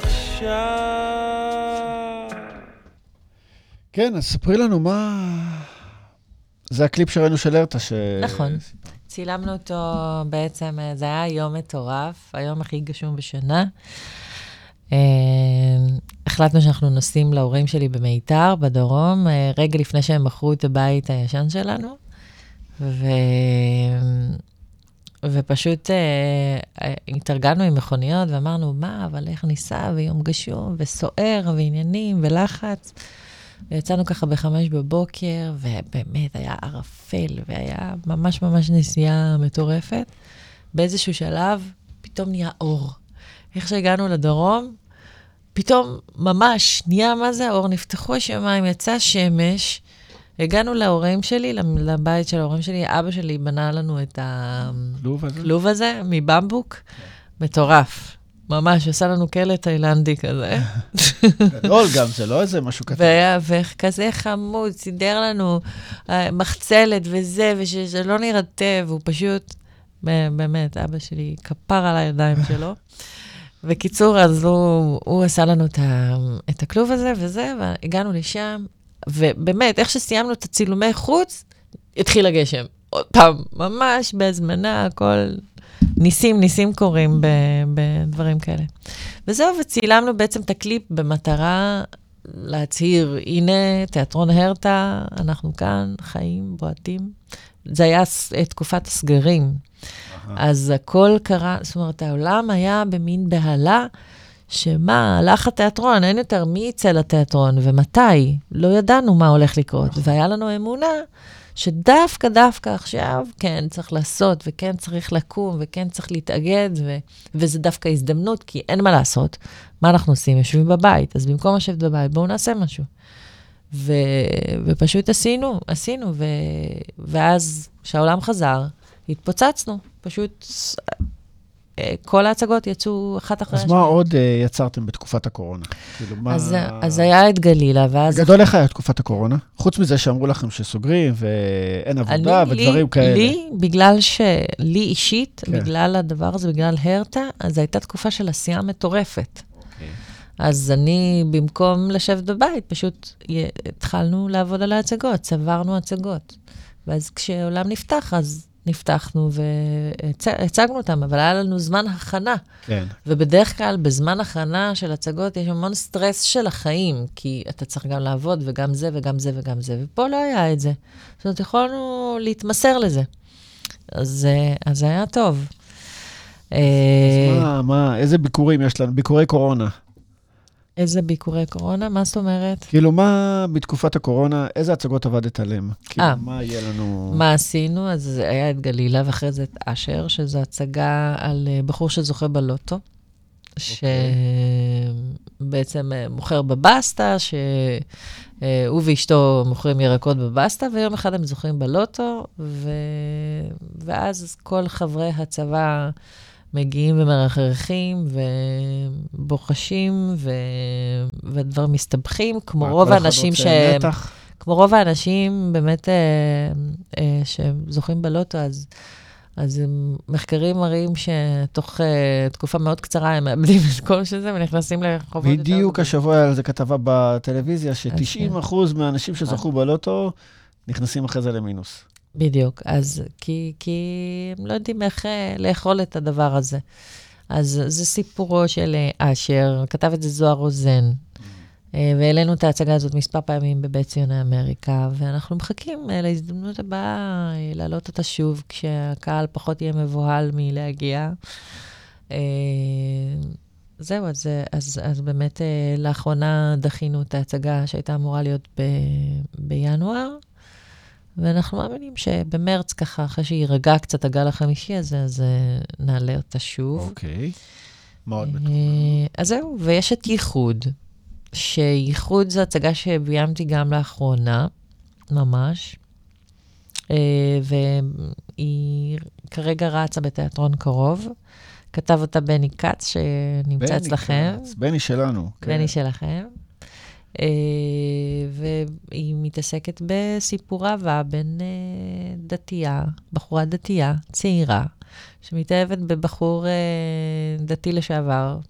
עכשיו? כן, אז ספרי לנו מה... זה הקליפ שראינו של הרטה ש... נכון. צילמנו אותו בעצם, זה היה יום מטורף, היום הכי גשום בשנה. החלטנו שאנחנו נוסעים להורים שלי במיתר, בדרום, רגע לפני שהם מכרו את הבית הישן שלנו. ו... ופשוט התארגנו עם מכוניות ואמרנו, מה, אבל איך ניסע, ויום גשום, וסוער, ועניינים, ולחץ. ויצאנו ככה בחמש בבוקר, ובאמת היה ערפל, והיה ממש ממש נסיעה מטורפת. באיזשהו שלב, פתאום נהיה אור. איך שהגענו לדרום, פתאום ממש נהיה מה זה האור, נפתחו השמיים, יצא שמש, הגענו להורים שלי, לבית של ההורים שלי, אבא שלי בנה לנו את הכלוב הזה, מבמבוק, מטורף. ממש, עשה לנו כלא תאילנדי כזה. גדול גם, זה לא איזה משהו קטן. וכזה חמוד, סידר לנו מחצלת וזה, ושזה לא נרטב, הוא פשוט, באמת, אבא שלי כפר על הידיים שלו. וקיצור, אז הוא, הוא עשה לנו את, ה, את הכלוב הזה וזה, והגענו לשם, ובאמת, איך שסיימנו את הצילומי חוץ, התחיל הגשם. עוד פעם, ממש בהזמנה, הכל... ניסים, ניסים קורים בדברים כאלה. וזהו, וצילמנו בעצם את הקליפ במטרה להצהיר, הנה, תיאטרון הרטה, אנחנו כאן, חיים, בועטים. זה היה תקופת הסגרים. אז הכל קרה, זאת אומרת, העולם היה במין בהלה, שמה, הלך התיאטרון, אין יותר מי יצא לתיאטרון, ומתי, לא ידענו מה הולך לקרות. והיה לנו אמונה, שדווקא, דווקא עכשיו, כן, צריך לעשות, וכן צריך לקום, וכן צריך להתאגד, ו- וזה דווקא הזדמנות, כי אין מה לעשות. מה אנחנו עושים? יושבים בבית, אז במקום לשבת בבית, בואו נעשה משהו. ו- ופשוט עשינו, עשינו, ו- ואז שהעולם חזר, התפוצצנו, פשוט כל ההצגות יצאו אחת אחרי השנייה. אז מה עוד יצרתם בתקופת הקורונה? אז, אז היה את גלילה, ואז... גדול איך היה תקופת הקורונה? חוץ מזה שאמרו לכם שסוגרים, ואין עבודה אני, ודברים לי, כאלה. לי, בגלל שלי אישית, כן. בגלל הדבר הזה, בגלל הרטה, אז הייתה תקופה של עשייה מטורפת. אוקיי. אז אני, במקום לשבת בבית, פשוט התחלנו לעבוד על ההצגות, צברנו הצגות. ואז כשעולם נפתח, אז... נפתחנו והצגנו אותם, אבל היה לנו זמן הכנה. כן. ובדרך כלל, בזמן הכנה של הצגות, יש המון סטרס של החיים, כי אתה צריך גם לעבוד, וגם זה, וגם זה, וגם זה, ופה לא היה את זה. זאת אומרת, יכולנו להתמסר לזה. אז זה היה טוב. אז מה, מה, איזה ביקורים יש לנו? ביקורי קורונה. איזה ביקורי קורונה? מה זאת אומרת? כאילו, מה בתקופת הקורונה, איזה הצגות עבדת עליהם? כאילו, 아, מה יהיה לנו... מה עשינו? אז היה את גלילה, ואחרי זה את אשר, שזו הצגה על בחור שזוכה בלוטו, okay. שבעצם מוכר בבסטה, שהוא ואשתו מוכרים ירקות בבסטה, ויום אחד הם זוכים בלוטו, ו... ואז כל חברי הצבא מגיעים ומרחרחים ובוחשים, ו... והדברים מסתבכים, כמו רוב האנשים ש... כמו רוב האנשים באמת אה, אה, שזוכים בלוטו, אז, אז מחקרים מראים שתוך אה, תקופה מאוד קצרה הם מאבדים את כל שזה ונכנסים לחובות יותר. בדיוק השבוע על זה כתבה בטלוויזיה, ש-תשעים אחוז מהאנשים שזכו בלוטו נכנסים אחרי זה למינוס. בדיוק, אז כי, כי הם לא יודעים איך לאכול את הדבר הזה. אז זה סיפורו של אשר, כתב את זה זוהר רוזן, והעלינו את ההצגה הזאת מספר פעמים בבית ציוני אמריקה, ואנחנו מחכים להזדמנות הבאה להעלות אותה שוב, כשהקהל פחות יהיה מבוהל מלהגיע. זהו, אז, אז, אז באמת לאחרונה דחינו את ההצגה שהייתה אמורה להיות ב, בינואר, ואנחנו מאמינים שבמרץ ככה, אחרי שירגע קצת הגל החמישי הזה, אז נעלה אותה שוב. אוקיי, מאוד בטוח. אז זהו, ויש את ייחוד, שייחוד זו הצגה שביימתי גם לאחרונה, ממש, והיא כרגע רצה בתיאטרון קרוב, כתב אותה בני קץ, שנמצא אצלכם. בני קץ, בני שלנו. בני שלכם. והיא מתעסקת בסיפור אהבה בין דתייה, בחורה דתייה, צעירה, שמתאהבת בבחור דתי לשעבר.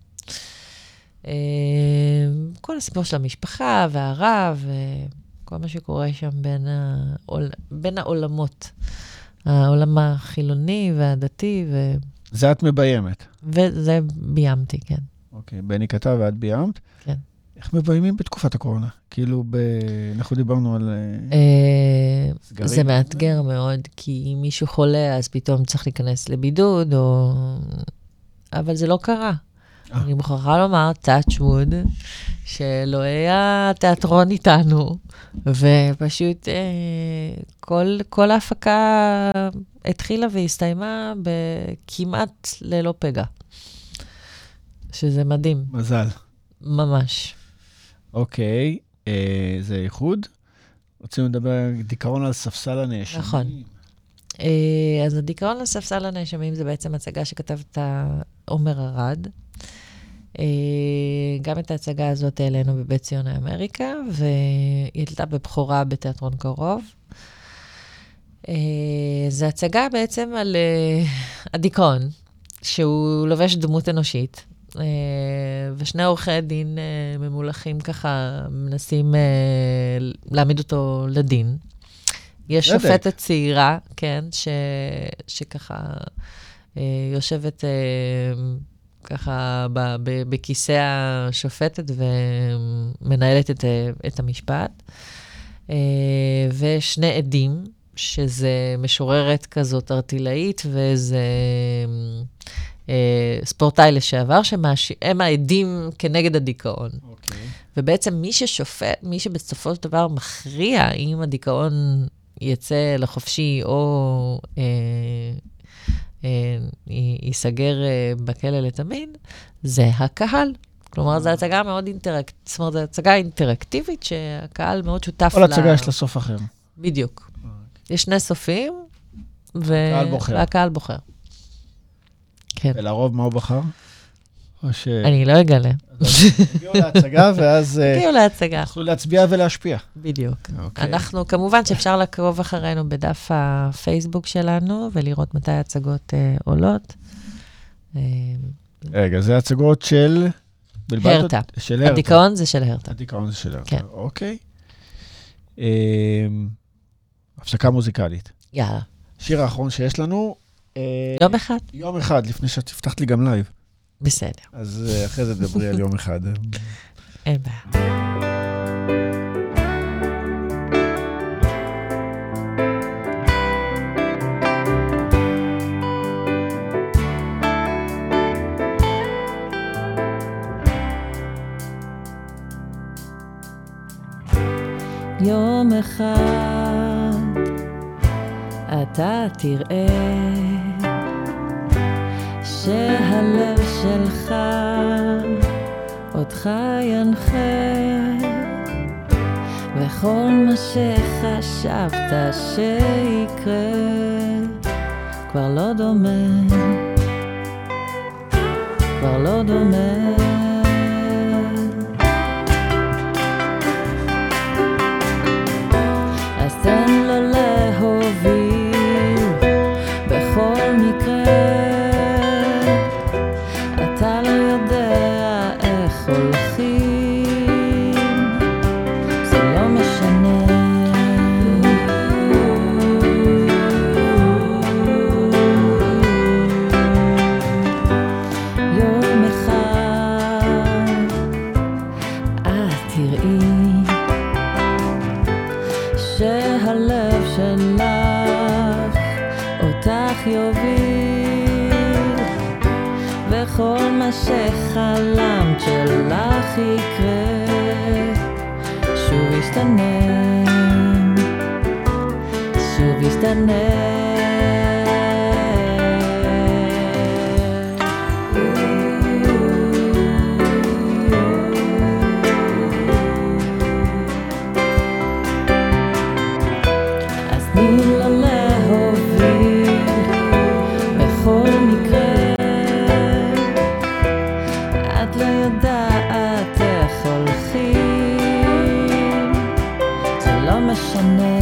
כל הסיפור של המשפחה והרב, וכל מה שקורה שם בין, העול... בין העולמות, העולם החילוני והדתי. ו... זה את מביימת. וזה ביימתי, כן. אוקיי, בני כתב ואת ביימת? כן. איך מביימים בתקופת הקורונה? כאילו, ב... אנחנו דיברנו על סגרים. זה מאתגר מאוד, כי אם מישהו חולה, אז פתאום צריך להיכנס לבידוד, או... אבל זה לא קרה. אני מוכרחה לומר, touch wood, שאלוהי התיאטרון איתנו, ופשוט כל, כל ההפקה התחילה והסתיימה בכמעט ללא פגע. שזה מדהים. מזל. ממש. אוקיי, אה, זה ייחוד. רוצים לדבר דיכאון על ספסל הנאשמים. נכון. אה, אז הדיכאון על ספסל הנאשמים זה בעצם הצגה שכתבת עומר ארד. אה, גם את ההצגה הזאת העלינו בבית ציוני אמריקה, והיא עלתה בבחורה בתיאטרון קרוב. אה, זו הצגה בעצם על אה, הדיכאון, שהוא לובש דמות אנושית. Uh, ושני עורכי דין uh, ממולכים ככה, מנסים uh, להעמיד אותו לדין. יש שופטת צעירה, כן, ש, שככה uh, יושבת uh, ככה ב, ב, בכיסא השופטת ומנהלת את, את המשפט. Uh, ושני עדים, שזה משוררת כזאת ארטילאית, וזה... ספורטאי לשעבר, שהם העדים כנגד הדיכאון. Okay. ובעצם מי ששופט, מי שבסופו של דבר מכריע אם הדיכאון יצא לחופשי או אה, אה, ייסגר אה, בכלא לתמיד, זה הקהל. כלומר, okay. זו הצגה מאוד אינטראקט, זאת אומרת, זו הצגה אינטראקטיבית שהקהל מאוד שותף לה... כל הצגה יש לה סוף אחר. בדיוק. Okay. יש שני סופים, והקהל בוחר. והקהל בוחר. כן. ולרוב מה הוא בחר? ש... אני לא אגלה. הגיעו להצגה, ואז... הגיעו להצגה. יכלו להצביע ולהשפיע. בדיוק. אנחנו, כמובן שאפשר לעקוב אחרינו בדף הפייסבוק שלנו, ולראות מתי ההצגות עולות. רגע, זה הצגות של... הרטה. של הרטה. הדיכאון זה של הרטה. הדיכאון זה של הרטה. כן. אוקיי. הפסקה מוזיקלית. יאללה. שיר האחרון שיש לנו... יום אחד. יום אחד, לפני שאת הבטחת לי גם לייב. בסדר. אז אחרי זה דברי על יום אחד. אין בעיה. יום אחד אתה תראה שהלב שלך אותך ינחה, וכל מה שחשבת שיקרה כבר לא דומה. כבר לא דומה. אז תן לו להוביל בכל מקרה. אתה לא יודע איך הולכים, זה לא משנה. יום אחד את תראי שהלב שלך אותך יוביל, וכל מה שחלמת שלך יקרה, שוב ישתנה, שוב ישתנה. אז תני לו להוביל בכל מקרה. את לא יודעת איך הולכים, זה לא משנה.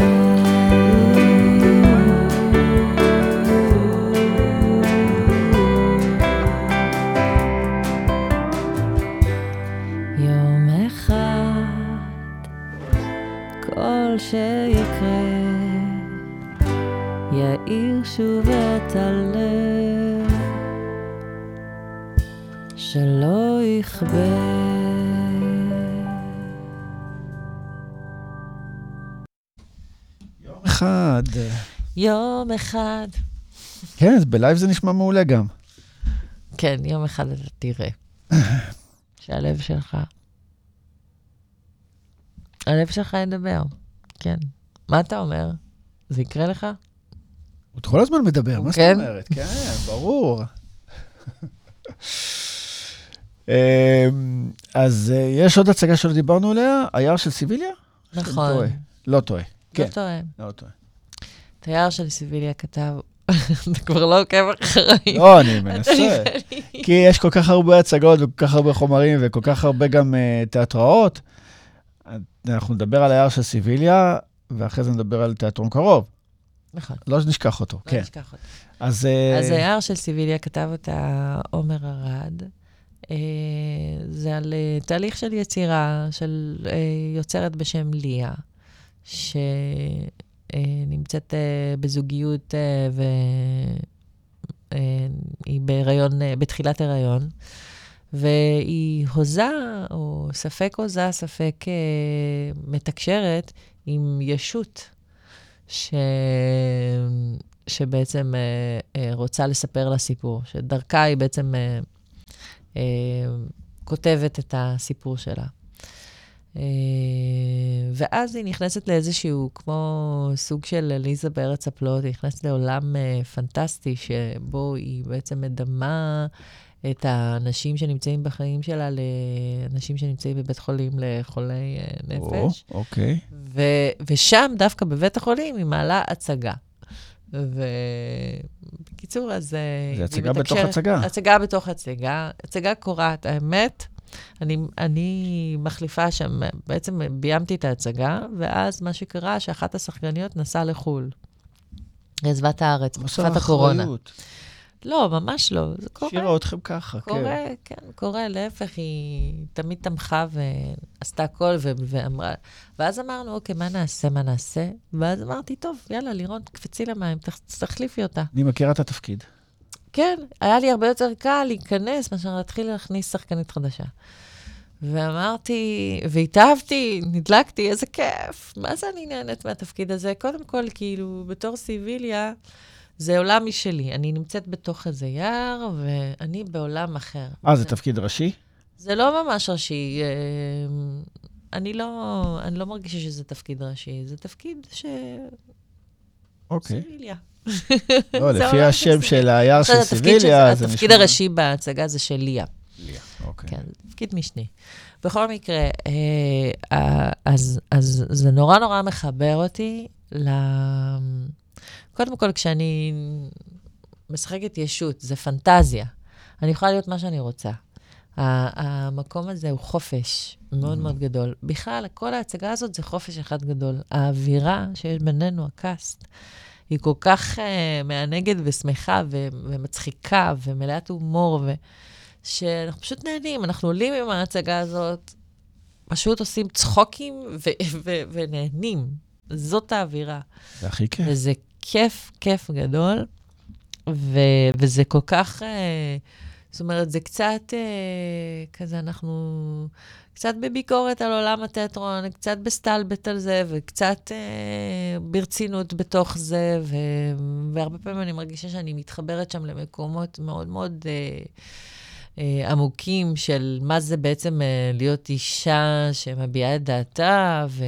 יום אחד כל שיקרה יאיר שוב את הלב, שלא יכבה. יום אחד. יום אחד. כן, אז בלייב זה נשמע מעולה גם. כן, יום אחד אתה תראה. שהלב שלך... הלב שלך ידבר. כן. מה אתה אומר? זה יקרה לך? הוא כל הזמן מדבר, מה זאת כן? אומרת? כן, ברור. אז אה, יש עוד הצגה שלא דיברנו עליה, היער של סיביליה? נכון. טועה. לא טועה. לא כן, טועה. לא טועה. תייר של סיביליה כתב, אתה כבר לא עוקב אחריי. לא, אני מנסה. כי יש כל כך הרבה הצגות וכל כך הרבה חומרים וכל כך הרבה גם uh, תיאטראות. אנחנו נדבר על היער של סיביליה, ואחרי זה נדבר על תיאטרון קרוב. נכון. לא נשכח אותו. לא כן. נשכח אותו. אז... uh, אז היער של סיביליה כתב אותה עומר ארד. Uh, זה על uh, תהליך של יצירה, של uh, יוצרת בשם ליה, שנמצאת uh, בזוגיות uh, והיא uh, בהיריון, uh, בתחילת הריון, והיא הוזה, או ספק הוזה, ספק uh, מתקשרת עם ישות, ש... שבעצם uh, uh, רוצה לספר לה סיפור, שדרכה היא בעצם... Uh, Uh, כותבת את הסיפור שלה. Uh, ואז היא נכנסת לאיזשהו, כמו סוג של אליזה בארץ הפלאות, היא נכנסת לעולם uh, פנטסטי, שבו היא בעצם מדמה את האנשים שנמצאים בחיים שלה, לאנשים שנמצאים בבית חולים לחולי uh, נפש. או, אוקיי. ו- ושם, דווקא בבית החולים, היא מעלה הצגה. ובקיצור, אז... זה הצגה בתוך הצגה. הצגה בתוך הצגה. הצגה קוראת, האמת, אני, אני מחליפה שם, בעצם ביימתי את ההצגה, ואז מה שקרה, שאחת השחקניות נסעה לחול. עזבה את הארץ, בתקופת הקורונה. לא, ממש לא, זה קורה. שירה אתכם ככה, כן. קורה, כן, קורה, להפך, היא תמיד תמכה ועשתה הכל ואמרה, ואז אמרנו, אוקיי, מה נעשה, מה נעשה? ואז אמרתי, טוב, יאללה, לירון, קפצי למים, תחליפי אותה. אני מכירה את התפקיד. כן, היה לי הרבה יותר קל להיכנס, מאשר להתחיל להכניס שחקנית חדשה. ואמרתי, והתאהבתי, נדלקתי, איזה כיף. מה זה אני נהנית מהתפקיד הזה? קודם כל, כאילו, בתור סיביליה, זה עולם משלי. אני נמצאת בתוך איזה יער, ואני בעולם אחר. אה, זה תפקיד ראשי? זה לא ממש ראשי. אני לא, אני לא מרגישה שזה תפקיד ראשי. זה תפקיד ש... אוקיי. סיביליה. לא, לפי השם של היער של סיביליה, זה נשמע... התפקיד הראשי בהצגה זה של ליה. ליה, אוקיי. כן, תפקיד משני. בכל מקרה, אז זה נורא נורא מחבר אותי ל... קודם כל, כשאני משחקת ישות, זה פנטזיה. אני יכולה להיות מה שאני רוצה. המקום הזה הוא חופש מאוד מאוד גדול. בכלל, כל ההצגה הזאת זה חופש אחד גדול. האווירה שיש בינינו, הקאסט, היא כל כך uh, מענגת ושמחה ו- ומצחיקה ומלאת הומור, ו- שאנחנו פשוט נהנים. אנחנו עולים עם ההצגה הזאת, פשוט עושים צחוקים ו- ו- ונהנים. זאת האווירה. זה הכי כיף. וזה כיף, כיף גדול, ו- וזה כל כך... Uh, זאת אומרת, זה קצת אה, כזה, אנחנו קצת בביקורת על עולם התיאטרון, קצת בסטלבט על זה, וקצת אה, ברצינות בתוך זה, ו, והרבה פעמים אני מרגישה שאני מתחברת שם למקומות מאוד מאוד אה, אה, עמוקים של מה זה בעצם אה, להיות אישה שמביעה את דעתה, ו...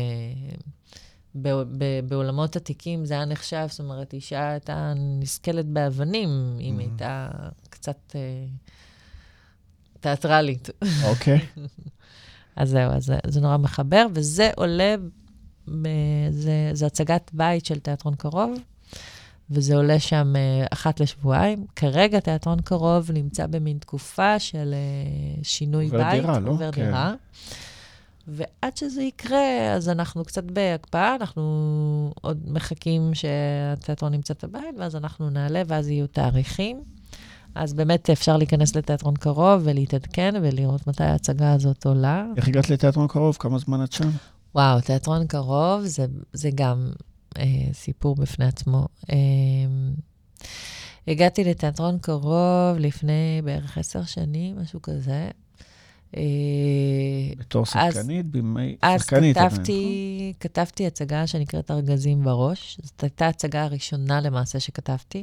בעולמות עתיקים זה היה נחשב, זאת אומרת, אישה הייתה נסקלת באבנים, אם mm-hmm. הייתה קצת אה, תיאטרלית. אוקיי. Okay. אז זהו, אז זה, זה נורא מחבר, וזה עולה, זה, זה הצגת בית של תיאטרון קרוב, וזה עולה שם אה, אחת לשבועיים. כרגע תיאטרון קרוב נמצא במין תקופה של אה, שינוי עובר בית. דירה, לא? עובר דירה. ועד שזה יקרה, אז אנחנו קצת בהקפאה, אנחנו עוד מחכים שהתיאטרון נמצא את הבית, ואז אנחנו נעלה, ואז יהיו תאריכים. אז באמת אפשר להיכנס לתיאטרון קרוב ולהתעדכן ולראות מתי ההצגה הזאת עולה. איך הגעת לתיאטרון קרוב? כמה זמן את שם? וואו, תיאטרון קרוב זה, זה גם אה, סיפור בפני עצמו. אה, הגעתי לתיאטרון קרוב לפני בערך עשר שנים, משהו כזה. בתור שחקנית, במי... אז כתבתי, כתבתי הצגה שנקראת ארגזים בראש. זאת הייתה הצגה הראשונה למעשה שכתבתי.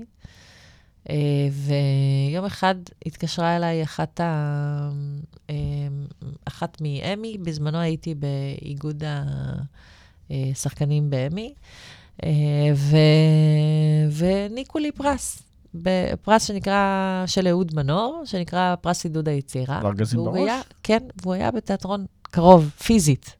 ויום אחד התקשרה אליי אחת, ה... אחת מאמי, בזמנו הייתי באיגוד השחקנים באמי, ו... וניקו לי פרס. בפרס שנקרא, של אהוד מנור, שנקרא פרס עידוד היצירה. ארגזים בראש? היה, כן, והוא היה בתיאטרון קרוב, פיזית.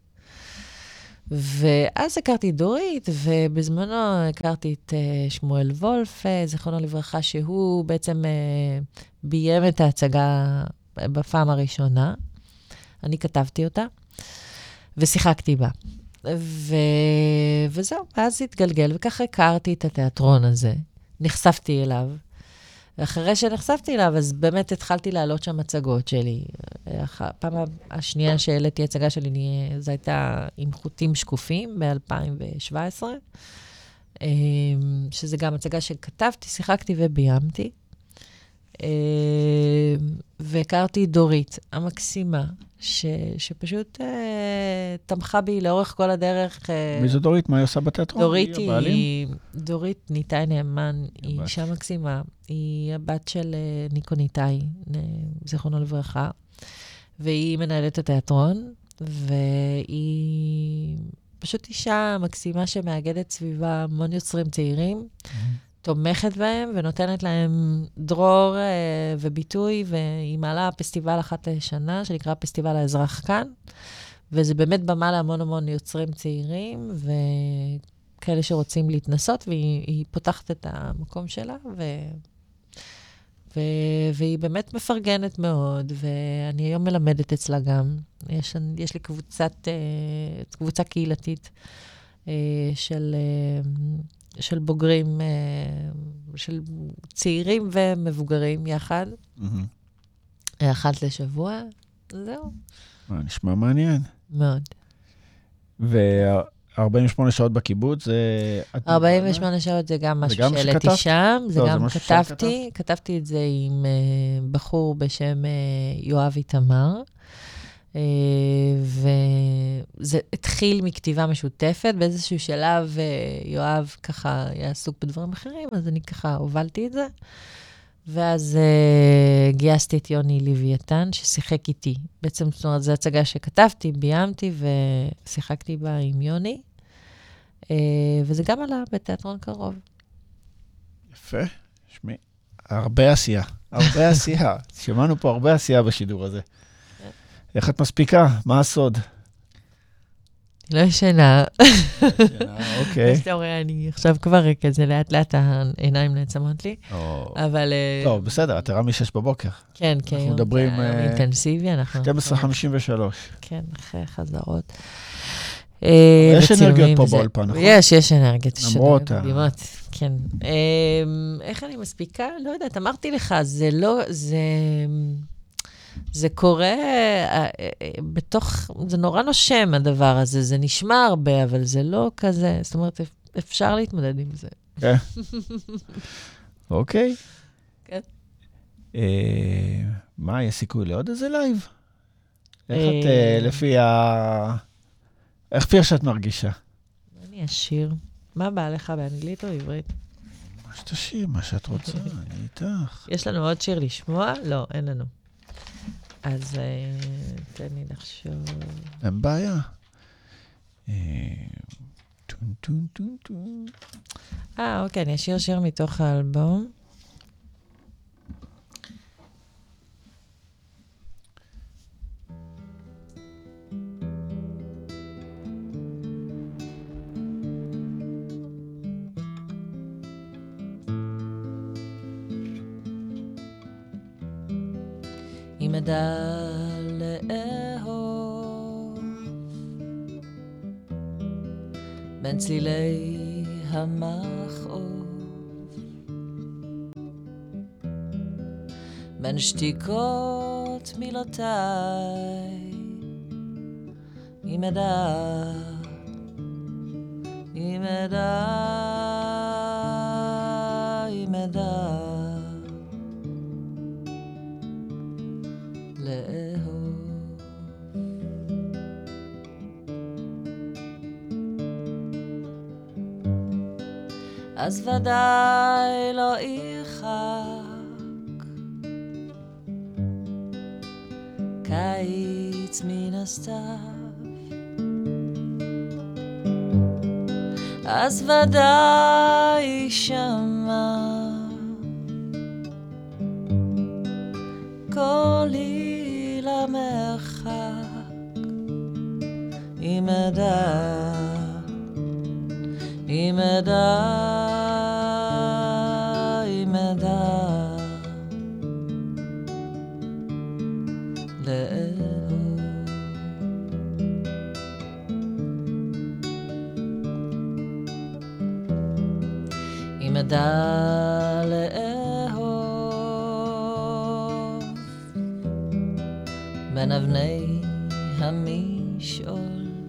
ואז הכרתי את דורית, ובזמנו הכרתי את uh, שמואל וולף, זכרונו לברכה, שהוא בעצם uh, ביים את ההצגה בפעם הראשונה. אני כתבתי אותה, ושיחקתי בה. ו... וזהו, ואז התגלגל, וככה הכרתי את התיאטרון הזה. נחשפתי אליו, ואחרי שנחשפתי אליו, אז באמת התחלתי להעלות שם הצגות שלי. הפעם השנייה שהעליתי הצגה שלי, זו הייתה עם חוטים שקופים ב-אלפיים שבע עשרה, שזה גם הצגה שכתבתי, שיחקתי וביימתי. והכרתי את דורית, המקסימה, ש, שפשוט אה, תמכה בי לאורך כל הדרך. אה, מי זו דורית? מה היא עושה בתיאטרון? דורית היא, היא דורית ניתאי נאמן, היא אישה מקסימה. היא הבת של אה, ניקו ניתאי, זכרונו לברכה, והיא מנהלת את התיאטרון, והיא פשוט אישה מקסימה שמאגדת סביבה המון יוצרים צעירים, mm-hmm. תומכת בהם ונותנת להם דרור אה, וביטוי, והיא מעלה פסטיבל אחת שנה, שנקרא פסטיבל האזרח כאן, וזה באמת במה להמון המון יוצרים צעירים, וכאלה שרוצים להתנסות, והיא פותחת את המקום שלה, ו... ו... והיא באמת מפרגנת מאוד, ואני היום מלמדת אצלה גם. יש, יש לי קבוצת, אה, קבוצה קהילתית אה, של... אה, של בוגרים, של צעירים ומבוגרים יחד, אחת לשבוע, זהו. נשמע מעניין. מאוד. ו-ארבעים ושמונה שעות בקיבוץ זה... ארבעים ושמונה שעות זה גם משהו שהעליתי שם, זה גם כתבתי, כתבתי את זה עם בחור בשם יואב איתמר, וזה התחיל מכתיבה משותפת, באיזשהו שלב יואב ככה היה עסוק בדברים אחרים, אז אני ככה הובלתי את זה, ואז גייסתי את יוני לוויתן, ששיחק איתי. בעצם, זאת אומרת, זו הצגה שכתבתי, ביימתי, ושיחקתי בה עם יוני, וזה גם עלה בתיאטרון קרוב. יפה, שמי, הרבה עשייה, הרבה עשייה. שמענו פה הרבה עשייה בשידור הזה. איך את מספיקה? מה הסוד? לא ישנה. אוקיי. שאתה רואה, אני עכשיו כבר כזה לאט לאט העיניים נעצמות לי, אבל... טוב, בסדר, את ערה משש בבוקר. כן, כן. אנחנו מדברים... אינטנסיבי, אנחנו... שתים עשרה חמישים ושלוש. כן, אחרי חזרות. יש אנרגיות פה באולפן, נכון? יש, יש אנרגיות. למרות ה... כן. איך אני מספיקה? לא יודעת, אמרתי לך, זה לא... זה... זה קורה בתוך, זה נורא נושם הדבר הזה, זה נשמע הרבה, אבל זה לא כזה, זאת אומרת, אפשר להתמודד עם זה. כן. אוקיי. כן. מה, יש סיכוי לעוד איזה לייב? איך את, לפי ה... איך פיר שאת מרגישה? אני אשיר. מה בא לך באנגלית או עברית? מה שתשיר, מה שאת רוצה, אני איתך. יש לנו עוד שיר לשמוע? לא, אין לנו. אז תן לי לחשוב. אין בעיה. טון, טון, טון, טון. אה, אוקיי, אני אשיר שיר מתוך האלבום. אם אדע לאהוב בין צלילי המכאוב בין שתיקות מילותיי אם אדע אם אדע אם אדע אז ודאי לא ירחק קיץ מן הסתיו אז ודאי יישמע קולי למרחק אם אדע אם אדע אם אדע לאהוב אם אדע לאהוב בין אבני המשעול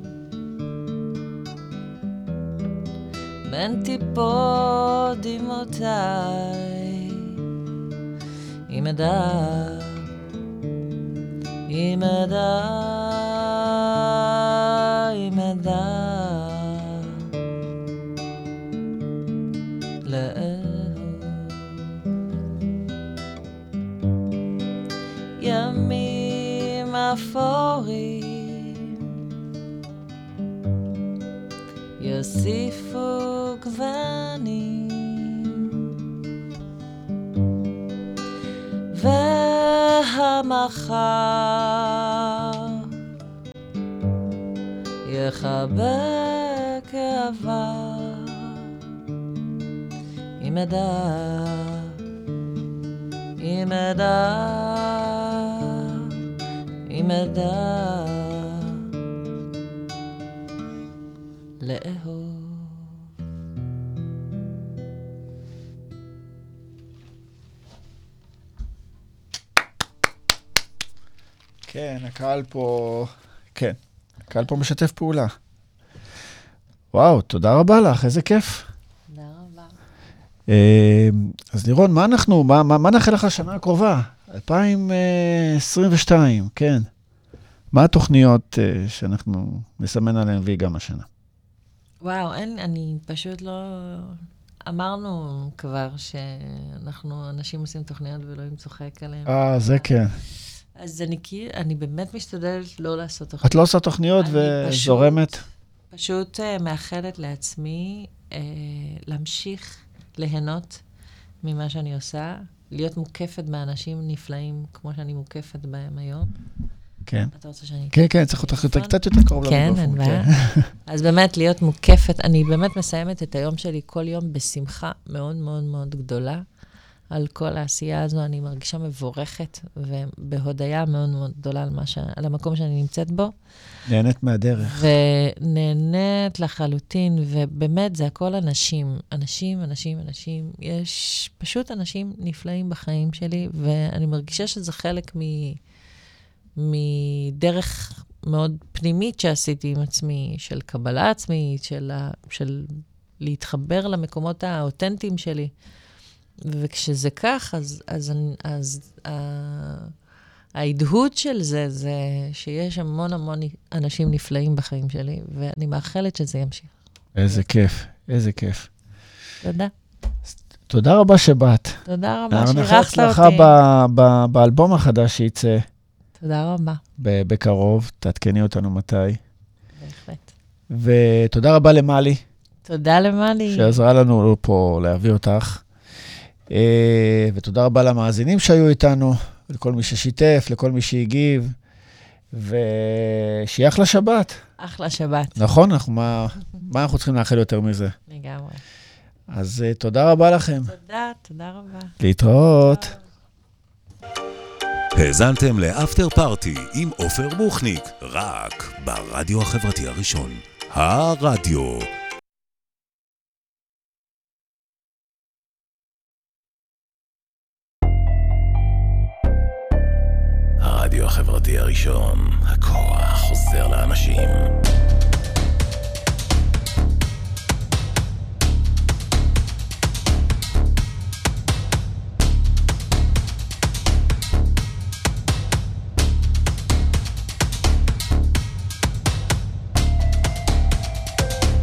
בין טיפות דמעותיי אם אדע אם אדע אם אדע לאהוב ימים אפורים יוסיפו גוונים והמחר יחבק העבר אם אדע אם אדע אם אדע לאהוב כן, הקהל פה, כן, הקהל פה משתף פעולה. וואו, תודה רבה לך, איזה כיף. תודה רבה. אז לירון, מה אנחנו, מה, מה, מה נאחל לך השנה הקרובה? אלפיים עשרים ושתיים, כן. מה התוכניות שאנחנו נסמן עליהן והיא גם השנה? וואו, אין, אני פשוט לא... אמרנו כבר שאנחנו, אנשים עושים תוכניות ואלוהים צוחק עליהם. אה, זה כן. אז אני, אני באמת משתדלת לא לעשות תוכניות. את לא עושה תוכניות וזורמת? פשוט, פשוט uh, מאחלת לעצמי uh, להמשיך ליהנות ממה שאני עושה, להיות מוקפת באנשים נפלאים כמו שאני מוקפת בהם היום, כן. אתה רוצה שאני... כן, כן, צריך אותך קצת יותר קרוב כן, למיקרופון. אין בעיה. אז באמת להיות מוקפת, אני באמת מסיימת את היום שלי כל יום בשמחה מאוד מאוד מאוד גדולה. על כל העשייה הזו, אני מרגישה מבורכת, ובהודיה מאוד מאוד גדולה על, ש... על המקום שאני נמצאת בו. נהנית מהדרך. ונהנית לחלוטין, ובאמת זה הכל אנשים, אנשים, אנשים, אנשים. יש פשוט אנשים נפלאים בחיים שלי, ואני מרגישה שזה חלק מ... מדרך מאוד פנימית שעשיתי עם עצמי, של קבלה עצמית, של, ה... של להתחבר למקומות האותנטיים שלי. וכשזה כך, אז, אז, אז uh, ההדהוד של זה, זה שיש המון המון אנשים נפלאים בחיים שלי, ואני מאחלת שזה ימשיך. איזה כיף, איזה כיף. תודה. תודה רבה שבאת. תודה רבה שירחת אותי. הצלחה באלבום החדש שייצא. תודה רבה. בקרוב, תעדכני אותנו מתי. בהחלט. ותודה רבה למלי. תודה למלי. שעזרה לנו פה להביא אותך. ותודה רבה למאזינים שהיו איתנו, לכל מי ששיתף, לכל מי שהגיב, ושיהיה אחלה שבת. אחלה שבת. נכון? אנחנו, מה, מה אנחנו צריכים לאחל יותר מזה? לגמרי. אז תודה רבה לכם. תודה, תודה רבה. להתראות. האזנתם לאפטר פארטי עם עופר בוכניק, רק ברדיו החברתי הראשון. הרדיו. הרדיו החברתי הראשון, הכוח חוזר